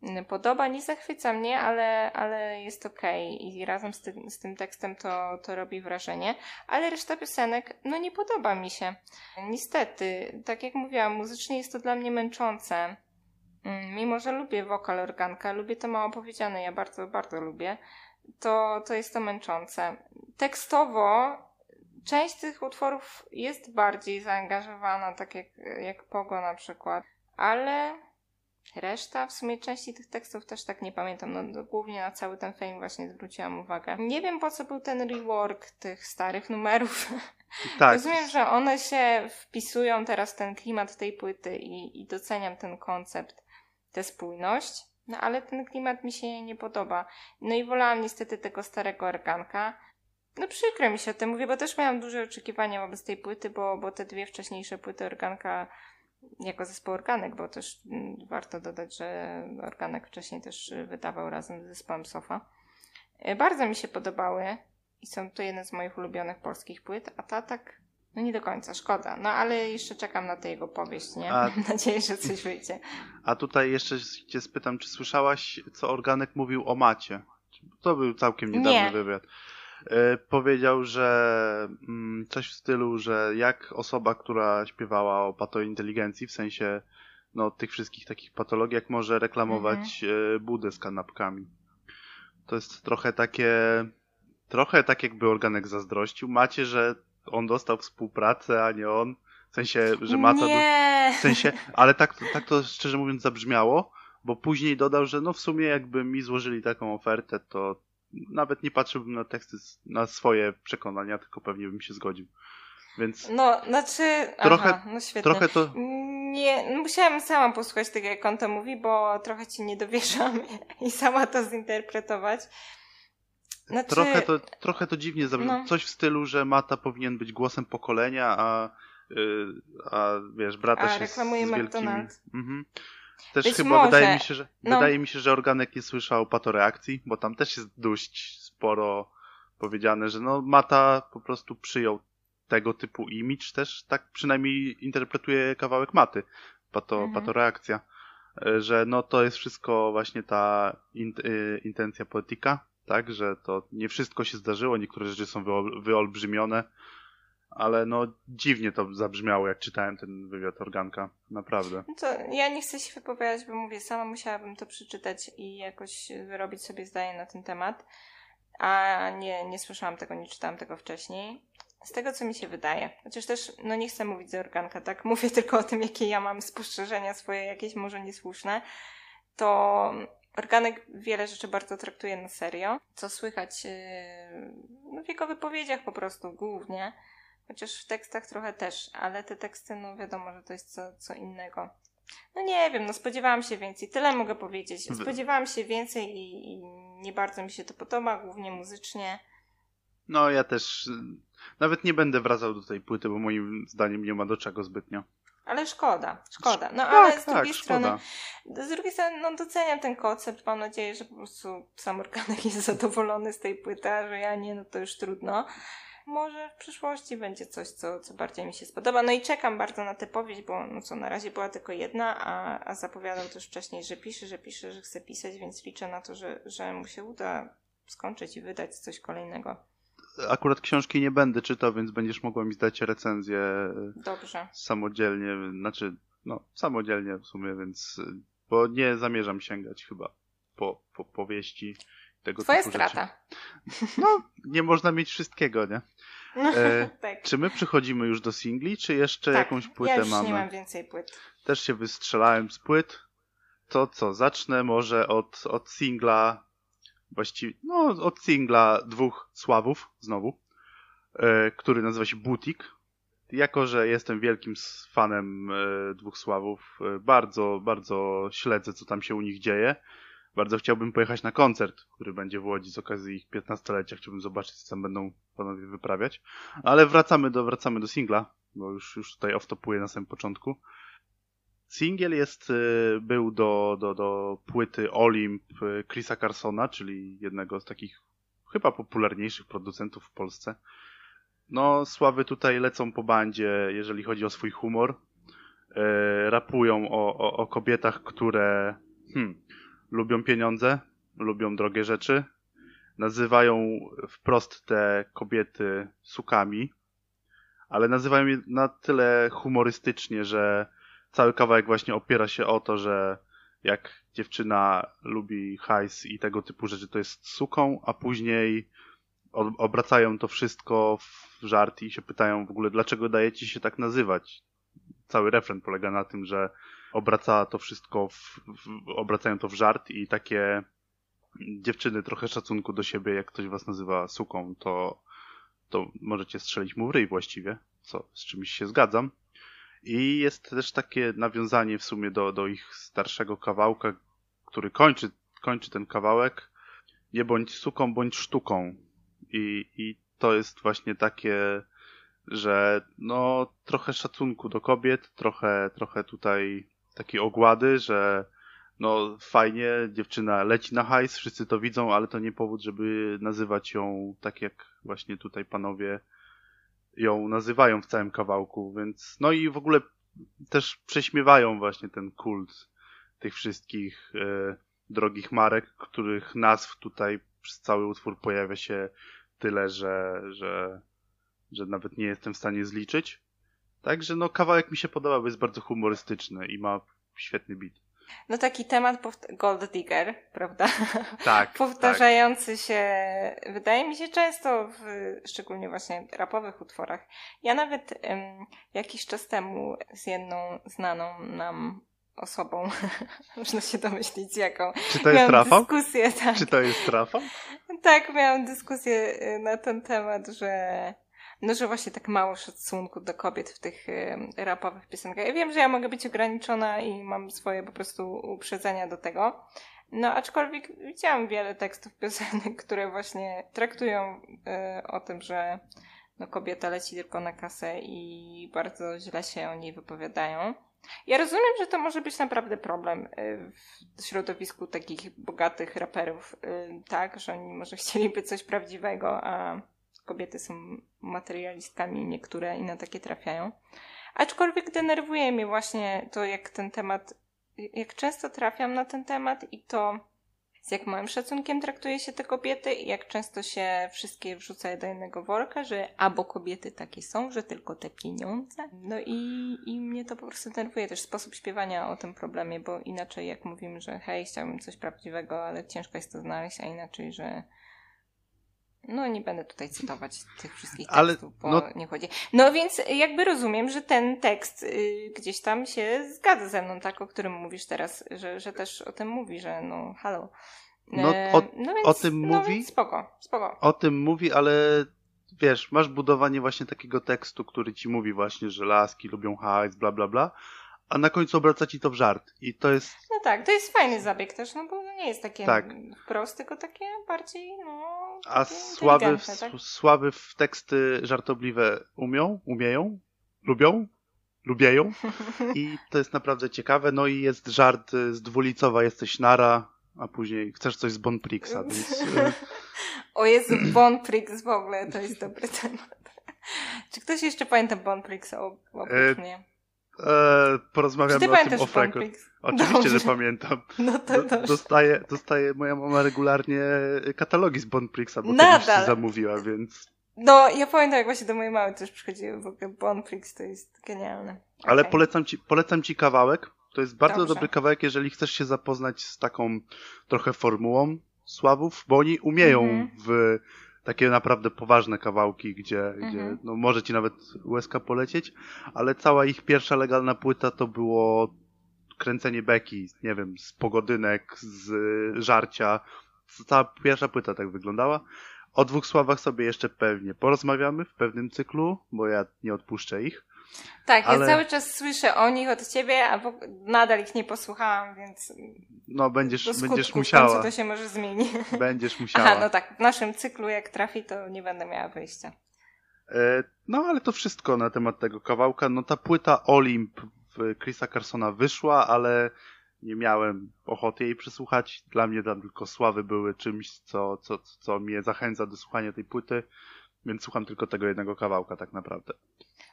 podoba, nie zachwyca mnie, ale jest okej. I razem z tym tekstem to robi wrażenie. Ale reszta piosenek, no nie podoba mi się. Niestety, tak jak mówiłam, muzycznie jest to dla mnie męczące. Mimo że lubię wokal organka, lubię to mało powiedziane, ja bardzo, bardzo lubię, to jest to męczące. Tekstowo część tych utworów jest bardziej zaangażowana, tak jak Pogo na przykład, ale reszta, w sumie części tych tekstów też tak nie pamiętam, no głównie na cały ten fame właśnie zwróciłam uwagę. Nie wiem, po co był ten rework tych starych numerów. Tak. Rozumiem, że one się wpisują teraz w ten klimat tej płyty i doceniam ten koncept, tę spójność, no ale ten klimat mi się nie podoba. No i wolałam niestety tego starego organka. No przykro mi się o tym mówię, bo też miałam duże oczekiwania wobec tej płyty, bo te dwie wcześniejsze płyty organka jako zespół Organek, bo też warto dodać, że Organek wcześniej też wydawał razem z zespołem Sofa. Bardzo mi się podobały i są to jeden z moich ulubionych polskich płyt, a ta tak, no nie do końca, szkoda. No ale jeszcze czekam na tę jego powieść, nie? Mam nadzieję, że coś wyjdzie. A tutaj jeszcze cię spytam, czy słyszałaś, co Organek mówił o Macie? To był całkiem niedawny wywiad. Powiedział, że coś w stylu, że jak osoba, która śpiewała o patointeligencji, w sensie no, tych wszystkich takich patologiach, może reklamować budę z kanapkami. To jest trochę tak jakby Organek zazdrościł Macie, że on dostał współpracę, a nie on. W sensie, że Mata... Nie! W sensie, ale tak to szczerze mówiąc zabrzmiało, bo później dodał, że no w sumie jakby mi złożyli taką ofertę, to nawet nie patrzyłbym na teksty, na swoje przekonania, tylko pewnie bym się zgodził. Więc... No, znaczy... no świetnie. Trochę to... Nie, musiałam sama posłuchać tego, jak on to mówi, bo trochę ci nie dowierzam i sama to zinterpretować. Znaczy... Trochę to dziwnie zabrzmiało. No. Coś w stylu, że Mata powinien być głosem pokolenia, a wiesz, brata się z wielkimi... Też być chyba może. Wydaje mi się, że Organek nie słyszał patoreakcji, bo tam też jest dość sporo powiedziane, że no Mata po prostu przyjął tego typu image też, tak przynajmniej interpretuje kawałek Maty, patoreakcja, że no to jest wszystko właśnie ta intencja poetyka, tak, że to nie wszystko się zdarzyło, niektóre rzeczy są wyolbrzymione, ale no dziwnie to zabrzmiało, jak czytałem ten wywiad Organka. Naprawdę. No to ja nie chcę się wypowiadać, bo mówię, sama musiałabym to przeczytać i jakoś wyrobić sobie zdanie na ten temat. A nie słyszałam tego, nie czytałam tego wcześniej. Z tego, co mi się wydaje. Chociaż też, no nie chcę mówić za Organka, tak? Mówię tylko o tym, jakie ja mam spostrzeżenia swoje, jakieś może niesłuszne. To Organek wiele rzeczy bardzo traktuje na serio. Co słychać w jego wypowiedziach po prostu głównie. Chociaż w tekstach trochę też, ale te teksty, no wiadomo, że to jest co innego. No nie wiem, no spodziewałam się więcej. Tyle mogę powiedzieć. Spodziewałam się więcej i nie bardzo mi się to podoba, głównie muzycznie. No ja też nawet nie będę wracał do tej płyty, bo moim zdaniem nie ma do czego zbytnio. Ale szkoda. No ale z drugiej strony, no doceniam ten koncept. Mam nadzieję, że po prostu sam Organek jest zadowolony z tej płyty, a że ja nie, no to już trudno. Może w przyszłości będzie coś, co bardziej mi się spodoba. No i czekam bardzo na tę powieść, bo no co, na razie była tylko jedna, a zapowiadał też wcześniej, że pisze, że chce pisać, więc liczę na to, że mu się uda skończyć i wydać coś kolejnego. Akurat książki nie będę czytał, więc będziesz mogła mi zdać recenzję. Dobrze. Samodzielnie, znaczy, no samodzielnie w sumie, więc, bo nie zamierzam sięgać chyba po powieści. Tego Twoja strata. No, nie można mieć wszystkiego, nie? Tak. Czy my przechodzimy już do singli, czy jeszcze jakąś płytę mamy? Ja już nie mam więcej płyt. Też się wystrzelałem z płyt. To co, zacznę może od singla, właściwie, no od singla dwóch Sławów, znowu, który nazywa się Butik. Jako że jestem wielkim fanem dwóch Sławów, bardzo, bardzo śledzę, co tam się u nich dzieje. Bardzo chciałbym pojechać na koncert, który będzie w Łodzi z okazji ich 15-lecia. Chciałbym zobaczyć, co tam będą panowie wyprawiać. Ale wracamy do singla, bo już tutaj off-topuję na samym początku. Singiel był do płyty Olimp Chrisa Carsona, czyli jednego z takich chyba popularniejszych producentów w Polsce. No, sławy tutaj lecą po bandzie, jeżeli chodzi o swój humor. Rapują o kobietach, które lubią pieniądze, lubią drogie rzeczy, nazywają wprost te kobiety sukami, ale nazywają je na tyle humorystycznie, że cały kawałek właśnie opiera się o to, że jak dziewczyna lubi hajs i tego typu rzeczy, to jest suką, a później obracają to wszystko w żart i się pytają w ogóle, dlaczego dajecie się tak nazywać. Cały refren polega na tym, że obraca to wszystko obracają to w żart i takie dziewczyny trochę szacunku do siebie, jak ktoś was nazywa suką, to możecie strzelić mu w ryj właściwie, z czymś się zgadzam. I jest też takie nawiązanie w sumie do ich starszego kawałka, który kończy ten kawałek. Nie bądź suką, bądź sztuką. I to jest właśnie takie, że no trochę szacunku do kobiet, trochę tutaj takiej ogłady, że no fajnie, dziewczyna leci na hajs, wszyscy to widzą, ale to nie powód, żeby nazywać ją tak jak właśnie tutaj panowie ją nazywają w całym kawałku, więc no i w ogóle też prześmiewają właśnie ten kult tych wszystkich drogich marek, których nazw tutaj przez cały utwór pojawia się tyle, że nawet nie jestem w stanie zliczyć. Także no kawałek mi się podoba, bo jest bardzo humorystyczny i ma świetny beat. No taki temat Gold Digger, prawda? Tak. Powtarzający się, wydaje mi się często szczególnie właśnie rapowych utworach. Ja nawet jakiś czas temu z jedną znaną nam osobą, można się domyślić z jaką. Czy to jest Rafał? Dyskusję, tak. Czy to jest Rafał? Tak, miałam dyskusję na ten temat, że właśnie tak mało szacunku do kobiet w tych rapowych piosenkach. Ja wiem, że ja mogę być ograniczona i mam swoje po prostu uprzedzenia do tego. No aczkolwiek widziałam wiele tekstów piosenek, które właśnie traktują o tym, że no, kobieta leci tylko na kasę i bardzo źle się o niej wypowiadają. Ja rozumiem, że to może być naprawdę problem w środowisku takich bogatych raperów, tak, że oni może chcieliby coś prawdziwego, a kobiety są materialistkami niektóre i na takie trafiają. Aczkolwiek denerwuje mnie właśnie to, jak często trafiam na ten temat i to z jak małym szacunkiem traktuje się te kobiety i jak często się wszystkie wrzuca do jednego worka, że albo kobiety takie są, że tylko te pieniądze. No i mnie to po prostu denerwuje też sposób śpiewania o tym problemie, bo inaczej jak mówimy, że hej, chciałbym coś prawdziwego, ale ciężko jest to znaleźć, a inaczej, że no nie będę tutaj cytować tych wszystkich tekstów, bo nie chodzi. No więc jakby rozumiem, że ten tekst gdzieś tam się zgadza ze mną, tak, o którym mówisz teraz, że też o tym mówi, że no halo. O tym mówi. Więc spoko. O tym mówi, ale wiesz, masz budowanie właśnie takiego tekstu, który ci mówi właśnie, że laski lubią hajs, bla bla bla, a na końcu obraca ci to w żart. I to jest... No tak, to jest fajny zabieg też, no bo nie jest takie wprost, tylko takie bardziej, a słaby w teksty żartobliwe umieją, lubieją i to jest naprawdę ciekawe. No i jest żart z Dwulicowa, jesteś nara, a później chcesz coś z Bon Prixa, więc... O Jezu, Bon Prix w ogóle, to jest dobry temat. Czy ktoś jeszcze pamięta Bon Prix oprócz mnie? Porozmawiamy o tym off record. Oczywiście, że pamiętam. No to dostaje moja mama regularnie katalogi z Bon Prixa, bo kiedyś się zamówiła, więc... No, ja pamiętam, jak właśnie do mojej mamy też przychodziły w ogóle Bon Prix, to jest genialne. Ale polecam ci kawałek. To jest bardzo dobry kawałek, jeżeli chcesz się zapoznać z taką trochę formułą Sławów, bo oni umieją w takie naprawdę poważne kawałki, gdzie no może ci nawet łezka polecieć, ale cała ich pierwsza legalna płyta to było kręcenie beki, nie wiem, z pogodynek, z żarcia. Cała pierwsza płyta tak wyglądała. O Dwóch Sławach sobie jeszcze pewnie porozmawiamy w pewnym cyklu, bo ja nie odpuszczę ich. Tak, ja cały czas słyszę o nich od ciebie, a nadal ich nie posłuchałam, więc... No, będziesz musiała. W końcu to się może zmieni. Będziesz musiała. Aha, no tak, w naszym cyklu jak trafi, to nie będę miała wyjścia. No, ale to wszystko na temat tego kawałka. No, ta płyta Olimp Chrisa Carsona wyszła, ale nie miałem ochoty jej przesłuchać. Dla mnie tam tylko sławy były czymś, co mnie zachęca do słuchania tej płyty, więc słucham tylko tego jednego kawałka tak naprawdę.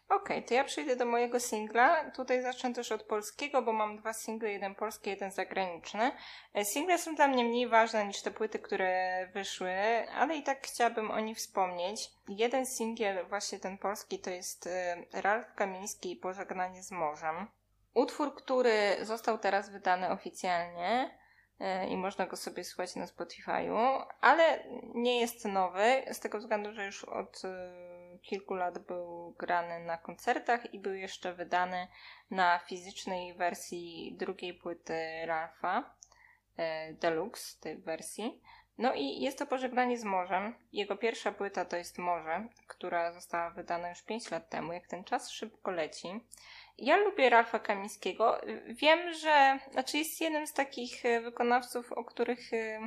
Okej, to ja przejdę do mojego singla. Tutaj zacznę też od polskiego, bo mam 2 single, jeden polski, jeden zagraniczny. Single są dla mnie mniej ważne niż te płyty, które wyszły, ale i tak chciałabym o nich wspomnieć. Jeden singiel, właśnie ten polski, to jest Ralf Kamiński i Pożegnanie z morzem. Utwór, który został teraz wydany oficjalnie i można go sobie słuchać na Spotify'u, ale nie jest nowy, z tego względu, że już od kilku lat był grany na koncertach i był jeszcze wydany na fizycznej wersji drugiej płyty Ralfa, Deluxe tej wersji. No i jest to Pożegnanie z morzem. Jego pierwsza płyta to jest Morze, która została wydana już 5 lat temu, jak ten czas szybko leci. Ja lubię Ralfa Kamińskiego. Wiem, że jest jednym z takich wykonawców, o których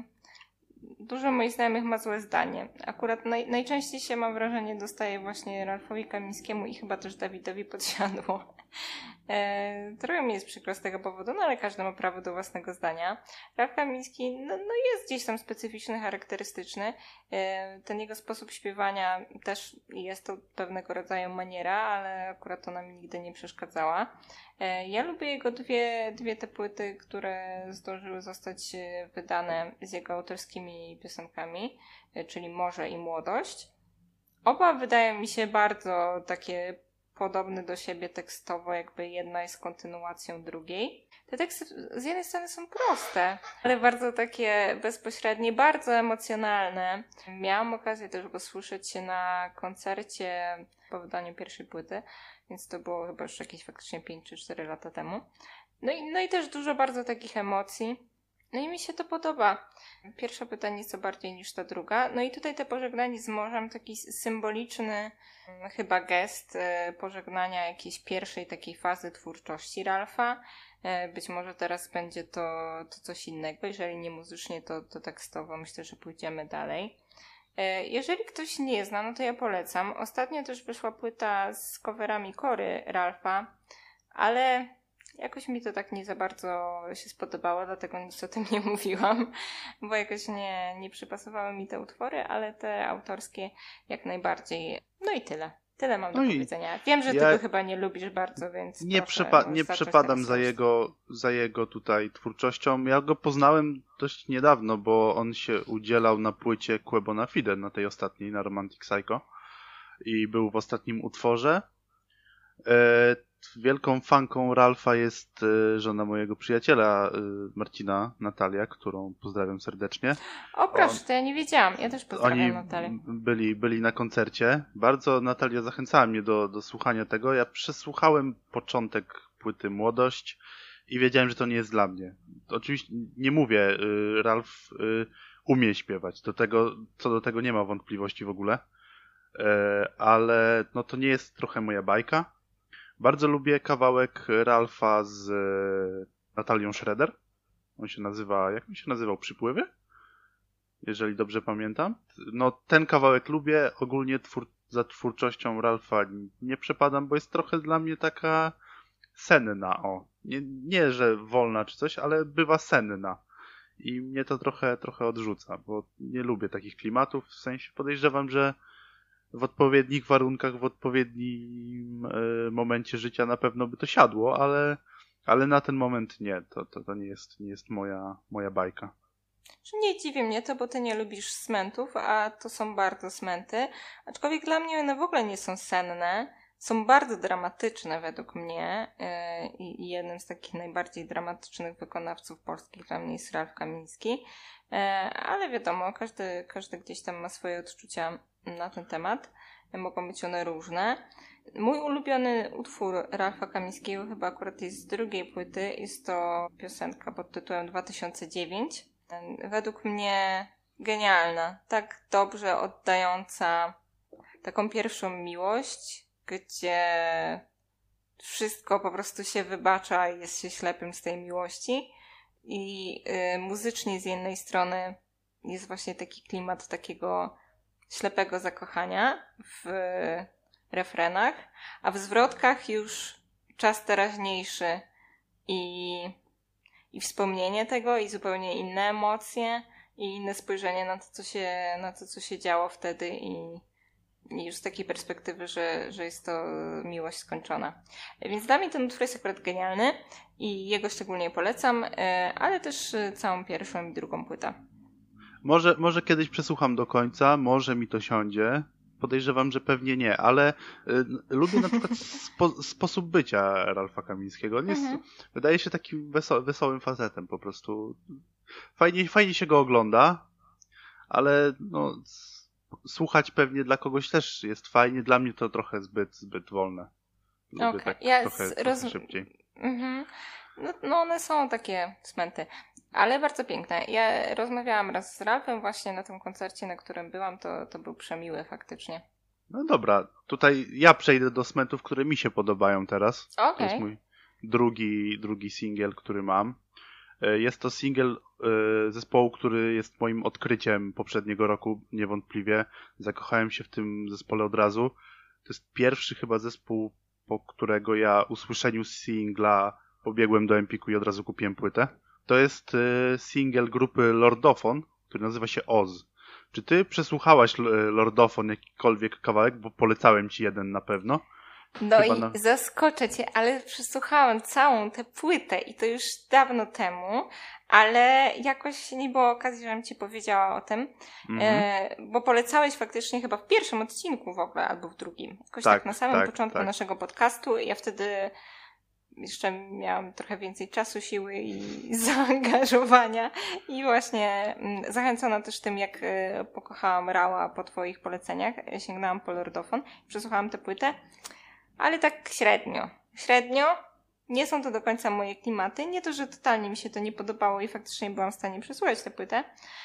dużo moich znajomych ma złe zdanie. Akurat najczęściej się, mam wrażenie, dostaje właśnie Ralfowi Kamińskiemu i chyba też Dawidowi Podsiadło. Trochę mi jest przykro z tego powodu, no ale każdy ma prawo do własnego zdania. Ralf Kamiński no jest gdzieś tam specyficzny, charakterystyczny. Ten jego sposób śpiewania też jest to pewnego rodzaju maniera, ale akurat ona mi nigdy nie przeszkadzała. Ja lubię jego dwie te płyty, które zdążyły zostać wydane z jego autorskimi piosenkami, czyli Morze i Młodość. Oba wydają mi się bardzo takie podobne do siebie tekstowo, jakby jedna jest kontynuacją drugiej. Te teksty z jednej strony są proste, ale bardzo takie bezpośrednie, bardzo emocjonalne. Miałam okazję też go słyszeć na koncercie po wydaniu pierwszej płyty, więc to było chyba już jakieś faktycznie 5 czy 4 lata temu. No i też dużo bardzo takich emocji. No i mi się to podoba. Pierwsza płyta nieco bardziej niż ta druga. No i tutaj te Pożegnanie z morzem, taki symboliczny chyba gest pożegnania jakiejś pierwszej takiej fazy twórczości Ralfa. Być może teraz będzie to coś innego. Jeżeli nie muzycznie, to tekstowo. Myślę, że pójdziemy dalej. Jeżeli ktoś nie zna, no to ja polecam. Ostatnio też wyszła płyta z coverami Kory Ralfa, ale jakoś mi to tak nie za bardzo się spodobało, dlatego nic o tym nie mówiłam, bo jakoś nie przypasowały mi te utwory, ale te autorskie jak najbardziej. No i tyle. Tyle mam do powiedzenia. Wiem, że ty go chyba nie lubisz bardzo, więc nie przepadam za jego tutaj twórczością. Ja go poznałem dość niedawno, bo on się udzielał na płycie Quo Bona Fide, na tej ostatniej, na Romantic Psycho. I był w ostatnim utworze. Wielką fanką Ralfa jest żona mojego przyjaciela Marcina, Natalia, którą pozdrawiam serdecznie. O proszę, to ja nie wiedziałam. Ja też pozdrawiam Natalię. Byli na koncercie. Bardzo Natalia zachęcała mnie do słuchania tego. Ja przesłuchałem początek płyty Młodość i wiedziałem, że to nie jest dla mnie. Oczywiście nie mówię, Ralf umie śpiewać. Co do tego nie ma wątpliwości w ogóle. Ale no to nie jest trochę moja bajka. Bardzo lubię kawałek Ralfa z Natalią Schroeder. Jak on się nazywał? Przypływy? Jeżeli dobrze pamiętam. No ten kawałek lubię. Ogólnie za twórczością Ralfa nie przepadam, bo jest trochę dla mnie taka senna. Nie, że wolna czy coś, ale bywa senna. I mnie to trochę odrzuca, bo nie lubię takich klimatów. W sensie podejrzewam, że w odpowiednich warunkach, w odpowiednim momencie życia na pewno by to siadło, ale na ten moment nie. To nie jest moja bajka. Nie dziwi mnie to, bo ty nie lubisz smentów, a to są bardzo smenty. Aczkolwiek dla mnie one w ogóle nie są senne. Są bardzo dramatyczne według mnie i jednym z takich najbardziej dramatycznych wykonawców polskich dla mnie jest Ralf Kamiński. Ale wiadomo, każdy gdzieś tam ma swoje odczucia na ten temat. Mogą być one różne. Mój ulubiony utwór Ralfa Kamińskiego chyba akurat jest z drugiej płyty. Jest to piosenka pod tytułem 2009. Według mnie genialna. Tak dobrze oddająca taką pierwszą miłość, gdzie wszystko po prostu się wybacza i jest się ślepym z tej miłości. I muzycznie z jednej strony jest właśnie taki klimat takiego ślepego zakochania w refrenach, a w zwrotkach już czas teraźniejszy i wspomnienie tego i zupełnie inne emocje i inne spojrzenie na to, co się działo wtedy i już z takiej perspektywy, że jest to miłość skończona. Więc dla mnie ten utwór jest akurat genialny i jego szczególnie polecam, ale też całą pierwszą i drugą płytę. Może kiedyś przesłucham do końca, może mi to siądzie. Podejrzewam, że pewnie nie, ale lubię na przykład sposób bycia Ralfa Kamińskiego. On jest, wydaje się takim wesołym facetem po prostu. Fajnie się go ogląda, ale no, słuchać pewnie dla kogoś też jest fajnie. Dla mnie to trochę zbyt wolne. Lubię tak trochę szybciej. No one są takie smęty, ale bardzo piękne. Ja rozmawiałam raz z Ralfem właśnie na tym koncercie, na którym byłam, to był przemiły faktycznie. No dobra, tutaj ja przejdę do smętów, które mi się podobają teraz. Okay. To jest mój drugi singiel, który mam. Jest to singiel zespołu, który jest moim odkryciem poprzedniego roku, niewątpliwie. Zakochałem się w tym zespole od razu. To jest pierwszy chyba zespół, po którego ja usłyszeniu singla pobiegłem do Empiku i od razu kupiłem płytę. To jest singiel grupy Lordofon, który nazywa się Oz. Czy ty przesłuchałaś Lordofon jakikolwiek kawałek? Bo polecałem ci jeden na pewno. No i zaskoczę cię, ale przesłuchałam całą tę płytę i to już dawno temu, ale jakoś nie było okazji, żebym ci powiedziała o tym, bo polecałeś faktycznie chyba w pierwszym odcinku w ogóle, albo w drugim. Jakoś tak na samym początku naszego podcastu i ja wtedy jeszcze miałam trochę więcej czasu, siły i zaangażowania i właśnie zachęcona też tym, jak pokochałam Rała po twoich poleceniach, sięgnęłam po Lordofon, przesłuchałam tę płytę, ale tak średnio, nie są to do końca moje klimaty, nie to, że totalnie mi się to nie podobało i faktycznie byłam w stanie przesłuchać tę płytę,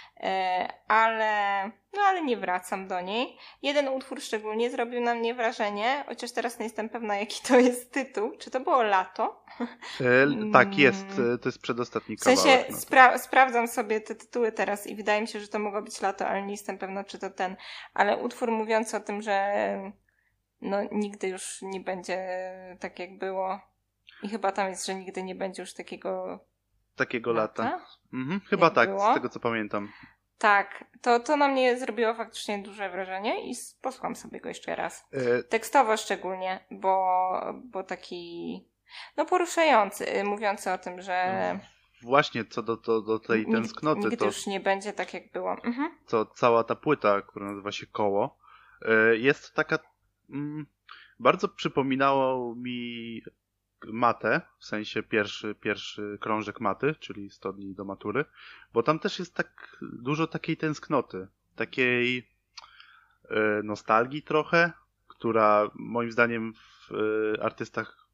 ale nie wracam do niej. Jeden utwór szczególnie zrobił na mnie wrażenie, chociaż teraz nie jestem pewna, jaki to jest tytuł. Czy to było Lato? Tak, jest. To jest przedostatni kawałek. W sensie sprawdzam sobie te tytuły teraz i wydaje mi się, że to mogło być Lato, ale nie jestem pewna, czy to ten. Ale utwór mówiący o tym, że no nigdy już nie będzie tak, jak było. I chyba tam jest, że nigdy nie będzie już takiego lata. Chyba tak, było. Z tego co pamiętam. Tak, to na mnie zrobiło faktycznie duże wrażenie i posłucham sobie go jeszcze raz. Tekstowo szczególnie, bo taki poruszający, mówiący o tym, że właśnie co do tej tęsknoty. Nigdy już nie będzie tak, jak było. To cała ta płyta, która nazywa się Koło, jest taka bardzo przypominało mi matę, w sensie pierwszy krążek maty, czyli 100 dni do matury, bo tam też jest tak dużo takiej tęsknoty, takiej nostalgii trochę, która moim zdaniem w artystach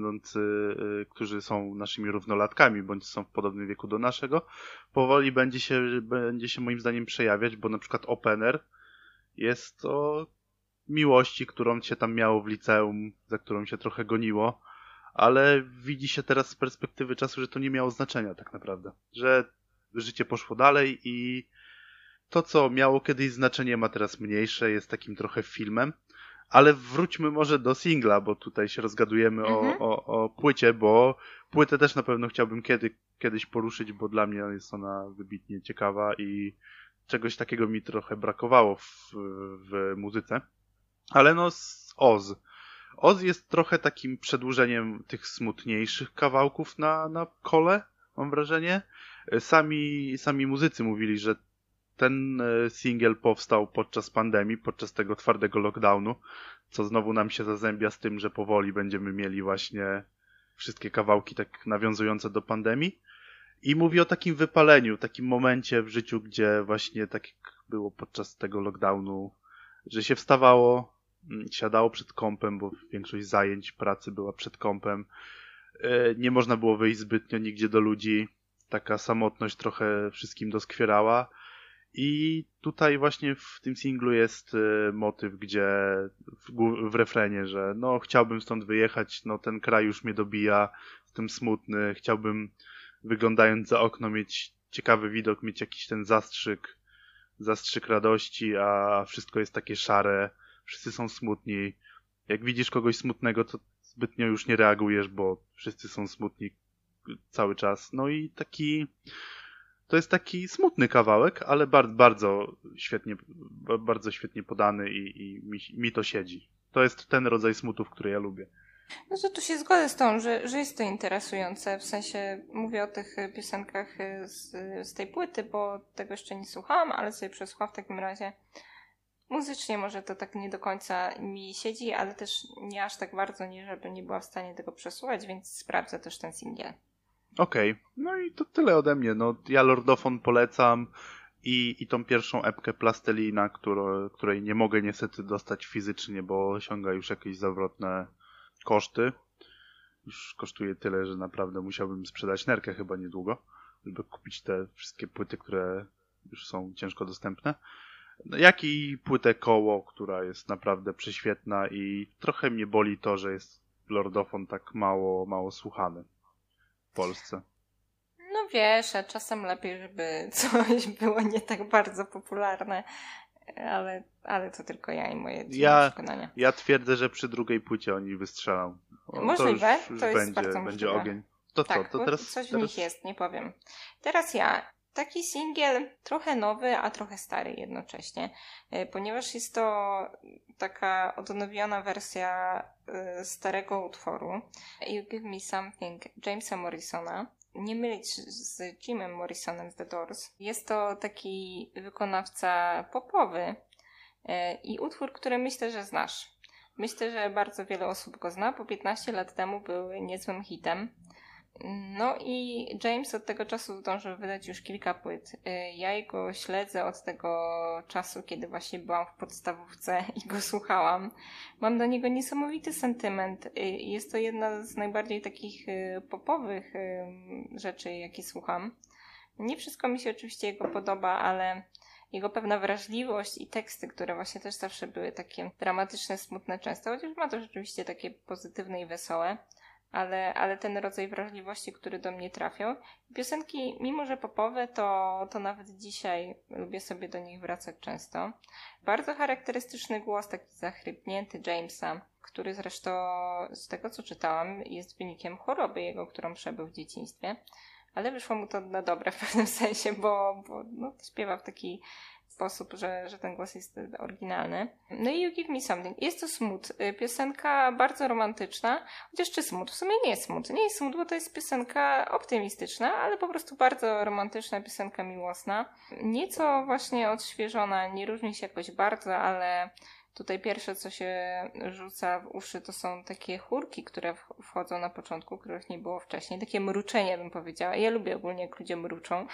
którzy są naszymi równolatkami, bądź są w podobnym wieku do naszego, powoli będzie się moim zdaniem przejawiać, bo na przykład Opener jest o miłości, którą się tam miało w liceum, za którą się trochę goniło, ale widzi się teraz z perspektywy czasu, że to nie miało znaczenia tak naprawdę. Że życie poszło dalej i to, co miało kiedyś znaczenie, ma teraz mniejsze, jest takim trochę filmem. Ale wróćmy może do singla, bo tutaj się rozgadujemy o płycie, bo płytę też na pewno chciałbym kiedyś poruszyć, bo dla mnie jest ona wybitnie ciekawa i czegoś takiego mi trochę brakowało w muzyce. Ale Oz. Oz jest trochę takim przedłużeniem tych smutniejszych kawałków na kole, mam wrażenie. Sami muzycy mówili, że ten singiel powstał podczas pandemii, podczas tego twardego lockdownu, co znowu nam się zazębia z tym, że powoli będziemy mieli właśnie wszystkie kawałki tak nawiązujące do pandemii. I mówi o takim wypaleniu, takim momencie w życiu, gdzie właśnie tak jak było podczas tego lockdownu, że się wstawało, siadało przed kompem, bo większość zajęć pracy była przed kompem. Nie można było wyjść zbytnio nigdzie do ludzi. Taka samotność trochę wszystkim doskwierała. I tutaj właśnie w tym singlu jest motyw, gdzie w refrenie, że chciałbym stąd wyjechać, ten kraj już mnie dobija, jestem smutny, chciałbym wyglądając za okno mieć ciekawy widok, mieć jakiś ten zastrzyk radości, a wszystko jest takie szare, wszyscy są smutni. Jak widzisz kogoś smutnego, to zbytnio już nie To jest taki smutny kawałek, ale bardzo świetnie podany i mi to siedzi. To jest ten rodzaj smutów, który ja lubię. No to tu się zgodzę z tą, że jest to interesujące. W sensie mówię o tych piosenkach z tej płyty, bo tego jeszcze nie słuchałam, ale sobie przesłucham w takim razie. Muzycznie może to tak nie do końca mi siedzi, ale też nie aż tak bardzo, nie żeby nie była w stanie tego przesłuchać, więc sprawdzę też ten singiel. Okej, no i to tyle ode mnie. No, ja Lordofon polecam i tą pierwszą epkę Plastelina, której nie mogę niestety dostać fizycznie, bo osiąga już jakieś zawrotne koszty. Już kosztuje tyle, że naprawdę musiałbym sprzedać nerkę chyba niedługo, żeby kupić te wszystkie płyty, które już są ciężko dostępne. No, jak i płytę Koło, która jest naprawdę prześwietna i trochę mnie boli to, że jest Lordofon tak mało słuchany w Polsce. No wiesz, a czasem lepiej, żeby coś było nie tak bardzo popularne, ale to tylko ja i moje przekonania. Ja twierdzę, że przy drugiej płycie oni wystrzelą. Możliwe, to jest będzie, bardzo będzie możliwe. ogień. To tak, co? To teraz, coś w nich jest, nie powiem. Teraz ja. Taki singiel trochę nowy, a trochę stary jednocześnie, ponieważ jest to taka odnowiona wersja starego utworu You Give Me Something Jamesa Morrisona. Nie mylić z Jimem Morrisonem z The Doors. Jest to taki wykonawca popowy i utwór, który myślę, że znasz. Myślę, że bardzo wiele osób go zna, bo 15 lat temu był niezłym hitem. No i James od tego czasu zdążył wydać już kilka płyt. Ja jego śledzę od tego czasu, kiedy właśnie byłam w podstawówce i go słuchałam. Mam do niego niesamowity sentyment. Jest to jedna z najbardziej takich popowych rzeczy, jakie słucham. Nie wszystko mi się oczywiście jego podoba, ale jego pewna wrażliwość i teksty, które właśnie też zawsze były takie dramatyczne, smutne często, chociaż ma to rzeczywiście takie pozytywne i wesołe. Ale ten rodzaj wrażliwości, który do mnie trafią. Piosenki, mimo że popowe, to nawet dzisiaj lubię sobie do nich wracać często. Bardzo charakterystyczny głos, taki zachrypnięty Jamesa, który zresztą z tego co czytałam jest wynikiem choroby jego, którą przebył w dzieciństwie. Ale wyszło mu to na dobre w pewnym sensie, bo śpiewa w taki sposób, że ten głos jest oryginalny. No i You Give Me Something. Jest to smut. Piosenka bardzo romantyczna, chociaż czy smut? W sumie nie jest smut. Nie jest smut, bo to jest piosenka optymistyczna, ale po prostu bardzo romantyczna piosenka miłosna. Nieco właśnie odświeżona, nie różni się jakoś bardzo, ale tutaj pierwsze, co się rzuca w uszy, to są takie chórki, które wchodzą na początku, których nie było wcześniej. Takie mruczenie, bym powiedziała. Ja lubię ogólnie, jak ludzie mruczą.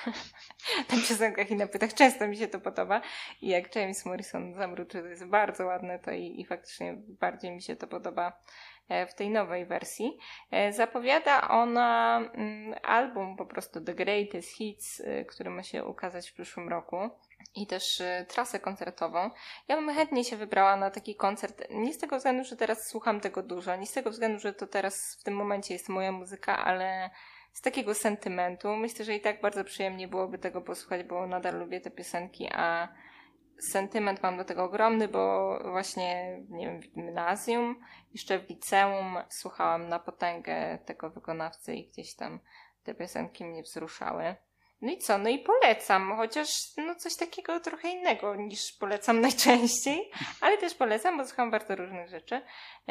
Na piosenkach i na płytach często mi się to podoba. I jak James Morrison zamruczy, to jest bardzo ładne to i faktycznie bardziej mi się to podoba w tej nowej wersji. Zapowiada ona album po prostu The Greatest Hits, który ma się ukazać w przyszłym roku. I też trasę koncertową. Ja bym chętnie się wybrała na taki koncert. Nie z tego względu, że teraz słucham tego dużo. Nie z tego względu, że to teraz w tym momencie jest moja muzyka, ale z takiego sentymentu. Myślę, że i tak bardzo przyjemnie byłoby tego posłuchać, bo nadal lubię te piosenki, a sentyment mam do tego ogromny, bo właśnie, nie wiem, w gimnazjum, jeszcze w liceum słuchałam na potęgę tego wykonawcy i gdzieś tam te piosenki mnie wzruszały. No i co? No i polecam, chociaż coś takiego trochę innego niż polecam najczęściej, ale też polecam, bo słucham bardzo różnych rzeczy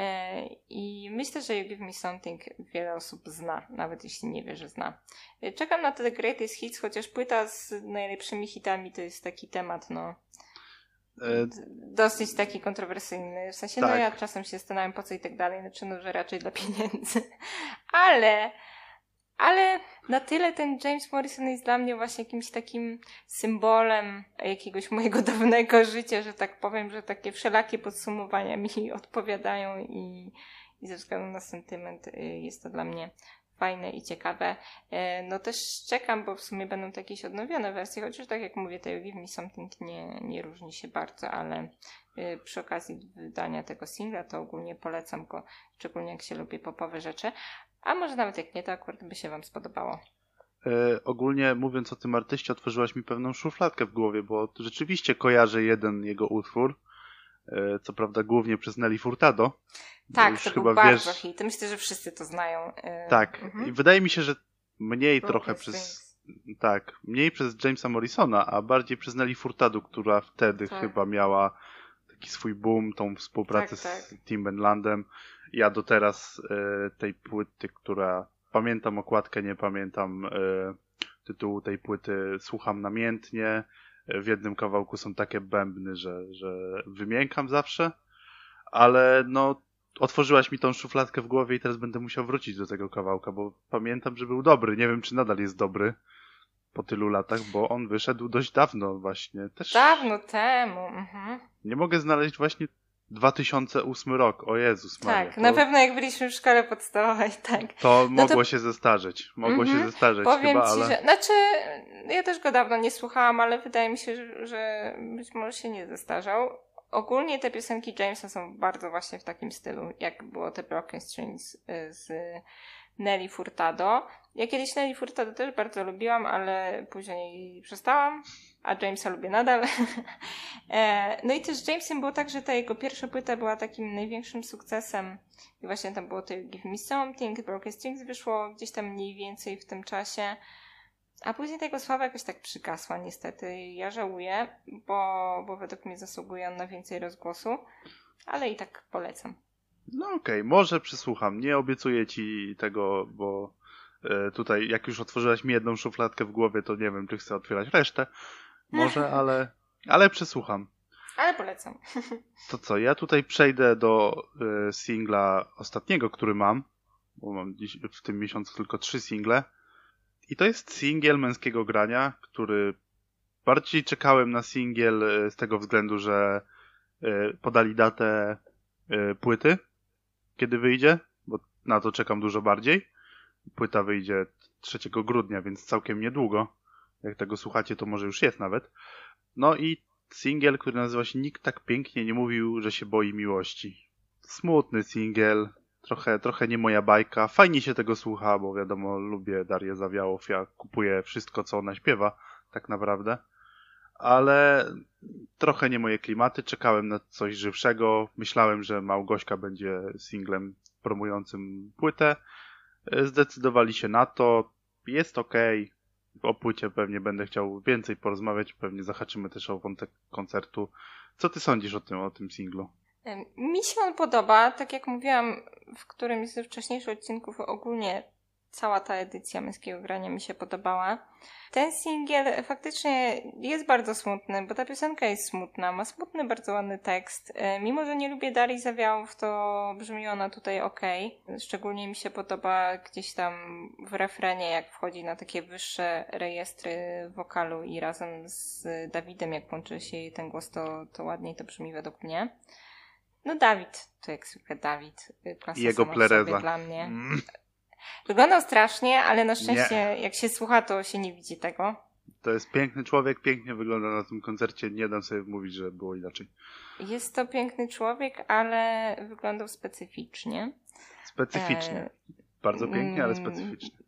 i myślę, że You Give Me Something wiele osób zna, nawet jeśli nie wie, że zna. Czekam na The Greatest Hits, chociaż płyta z najlepszymi hitami to jest taki temat, dosyć taki kontrowersyjny, w sensie, tak. Ja czasem się zastanawiam po co i tak dalej, że raczej dla pieniędzy, ale na tyle ten James Morrison jest dla mnie właśnie jakimś takim symbolem jakiegoś mojego dawnego życia, że tak powiem, że takie wszelakie podsumowania mi odpowiadają i ze względu na sentyment jest to dla mnie fajne i ciekawe. Też czekam, bo w sumie będą to jakieś odnowione wersje, chociaż tak jak mówię, to You Give Me Something nie różni się bardzo, ale przy okazji wydania tego singla to ogólnie polecam go, szczególnie jak się lubi popowe rzeczy. A może nawet jak nie, to akurat by się wam spodobało. Ogólnie mówiąc o tym artyście, otworzyłaś mi pewną szufladkę w głowie, bo rzeczywiście kojarzę jeden jego utwór, co prawda głównie przez Nelly Furtado. Tak, to był bardzo hit. Myślę, że wszyscy to znają. Tak, i wydaje mi się, że mniej trochę Tak, mniej przez Jamesa Morrisona, a bardziej przez Nelly Furtado, która wtedy chyba miała taki swój boom, tą współpracę z Timbalandem. Ja do teraz tej płyty, która pamiętam okładkę, nie pamiętam tytułu tej płyty, słucham namiętnie. W jednym kawałku są takie bębny, że wymiękam zawsze, ale no otworzyłaś mi tą szufladkę w głowie i teraz będę musiał wrócić do tego kawałka, bo pamiętam, że był dobry. Nie wiem, czy nadal jest dobry po tylu latach, bo on wyszedł dość dawno właśnie. Też dawno temu. Mhm. nie mogę znaleźć właśnie 2008 rok. O Jezus Maria. Tak, na pewno jak byliśmy w szkole podstawowej, tak. To mogło się zestarzeć. Mogło się zestarzeć powiem chyba, ci, ale... że... Znaczy, ja też go dawno nie słuchałam, ale wydaje mi się, że być może się nie zestarzał. Ogólnie te piosenki Jamesa są bardzo właśnie w takim stylu, jak było te Broken Strings z Nelly Furtado. Ja kiedyś Nelly Furtado też bardzo lubiłam, ale później przestałam, a Jamesa lubię nadal. No i też z Jamesem było tak, że ta jego pierwsza płyta była takim największym sukcesem i właśnie tam było to Give Me Something, Broken Strings wyszło gdzieś tam mniej więcej w tym czasie. A później tego sława jakoś tak przygasła niestety. Ja żałuję, bo według mnie zasługuje on na więcej rozgłosu, ale i tak polecam. No okej, może przysłucham. Nie obiecuję ci tego, bo tutaj jak już otworzyłaś mi jedną szufladkę w głowie, to nie wiem, czy chcę otwierać resztę. Może, ale przysłucham. Ale polecam. To co, ja tutaj przejdę do singla ostatniego, który mam, bo mam dziś, w tym miesiącu tylko 3 single. I to jest singiel Męskiego Grania, który bardziej czekałem na singiel z tego względu, że podali datę płyty, kiedy wyjdzie, bo na to czekam dużo bardziej. Płyta wyjdzie 3 grudnia, więc całkiem niedługo. Jak tego słuchacie, to może już jest nawet. No i singiel, który nazywa się Nikt tak pięknie nie mówił, że się boi miłości. Smutny singiel, trochę nie moja bajka. Fajnie się tego słucha, bo wiadomo, lubię Darię Zawiałow. Ja kupuję wszystko, co ona śpiewa, tak naprawdę. Ale trochę nie moje klimaty. Czekałem na coś żywszego. Myślałem, że Małgośka będzie singlem promującym płytę. Zdecydowali się na to. Jest okej. O płycie pewnie będę chciał więcej porozmawiać. Pewnie zahaczymy też o wątek koncertu. Co ty sądzisz o tym singlu? Mi się on podoba. Tak jak mówiłam w którymś ze wcześniejszych odcinków, ogólnie cała ta edycja Męskiego Grania mi się podobała. Ten singiel faktycznie jest bardzo smutny, bo ta piosenka jest smutna, ma smutny, bardzo ładny tekst. Mimo że nie lubię Darii Zawiałów, to brzmi ona tutaj okej. Szczególnie mi się podoba gdzieś tam w refrenie, jak wchodzi na takie wyższe rejestry wokalu i razem z Dawidem, jak łączy się jej ten głos, to ładniej to brzmi według mnie. No Dawid, to jak zwykle Dawid, klasa jego sama w plereza sobie dla mnie. Wyglądał strasznie, ale na szczęście jak się słucha, to się nie widzi tego. To jest piękny człowiek, pięknie wygląda na tym koncercie. Nie dam sobie mówić, że było inaczej. Jest to piękny człowiek, ale wyglądał specyficznie. Specyficznie. Bardzo pięknie, ale specyficznie.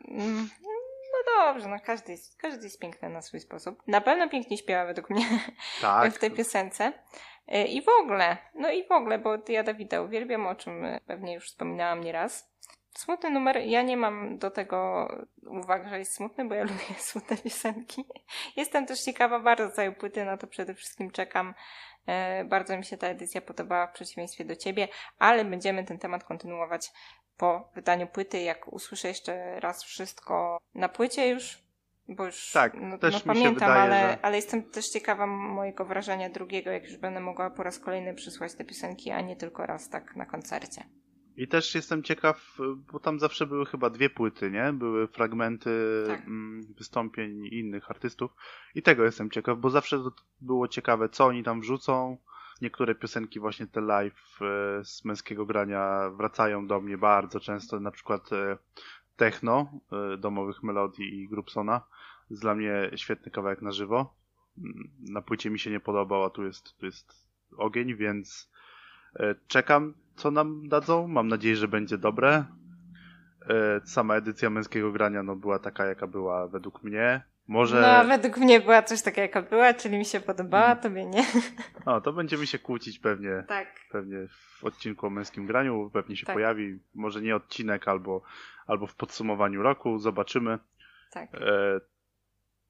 No dobrze, no każdy jest piękny na swój sposób. Na pewno pięknie śpiewa według mnie tak. w tej piosence. I w ogóle, bo ja Dawida uwielbiam, o czym pewnie już wspominałam nieraz. Smutny numer, ja nie mam do tego uwag, że jest smutny, bo ja lubię smutne piosenki. Jestem też ciekawa bardzo całej płyty, na to przede wszystkim czekam. Bardzo mi się ta edycja podobała w przeciwieństwie do ciebie, ale będziemy ten temat kontynuować po wydaniu płyty, jak usłyszę jeszcze raz wszystko na płycie już, bo już tak, też mi pamiętam, się wydaje, ale jestem też ciekawa mojego wrażenia drugiego, jak już będę mogła po raz kolejny przysłać te piosenki, a nie tylko raz tak na koncercie. I też jestem ciekaw, bo tam zawsze były chyba 2 płyty, nie? Były fragmenty wystąpień innych artystów. I tego jestem ciekaw, bo zawsze było ciekawe, co oni tam wrzucą. Niektóre piosenki, właśnie te live z Męskiego Grania wracają do mnie bardzo często. Na przykład Techno, Domowych Melodii i Grubsona. Jest dla mnie świetny kawałek na żywo. Na płycie mi się nie podobał, a tu jest ogień, więc czekam, co nam dadzą. Mam nadzieję, że będzie dobre. Sama edycja Męskiego Grania była taka, jaka była według mnie. Może... No, według mnie była coś taka, jaka była, czyli mi się podobała, tobie nie. O, to będziemy się kłócić pewnie. Tak. Pewnie w odcinku o Męskim Graniu. Pewnie się pojawi. Może nie odcinek, albo w podsumowaniu roku. Zobaczymy. Tak.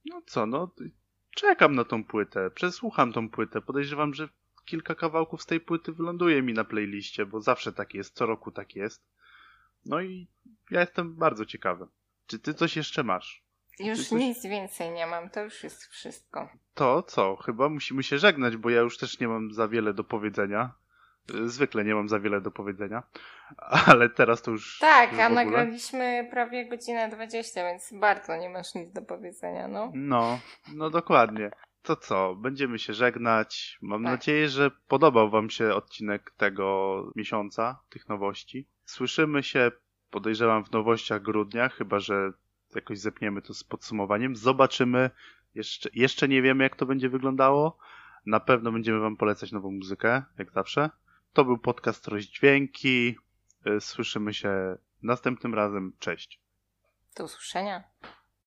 No co, no czekam na tą płytę, przesłucham tą płytę. Podejrzewam, że kilka kawałków z tej płyty wyląduje mi na playliście, bo zawsze tak jest, co roku tak jest. No i ja jestem bardzo ciekawy. Czy ty coś jeszcze masz? Już nic więcej nie mam, to już jest wszystko. To co? Chyba musimy się żegnać, bo ja już też nie mam za wiele do powiedzenia. Zwykle nie mam za wiele do powiedzenia, ale teraz to już... Tak, już a w ogóle. nagraliśmy prawie godzinę 20, więc bardzo nie masz nic do powiedzenia, no. No dokładnie. To co? Będziemy się żegnać. Mam Tak. nadzieję, że podobał wam się odcinek tego miesiąca, tych nowości. Słyszymy się, podejrzewam, w nowościach grudnia, chyba że jakoś zepniemy to z podsumowaniem. Zobaczymy. Jeszcze nie wiemy, jak to będzie wyglądało. Na pewno będziemy wam polecać nową muzykę, jak zawsze. To był podcast Rozdźwięki. Słyszymy się następnym razem. Cześć. Do usłyszenia.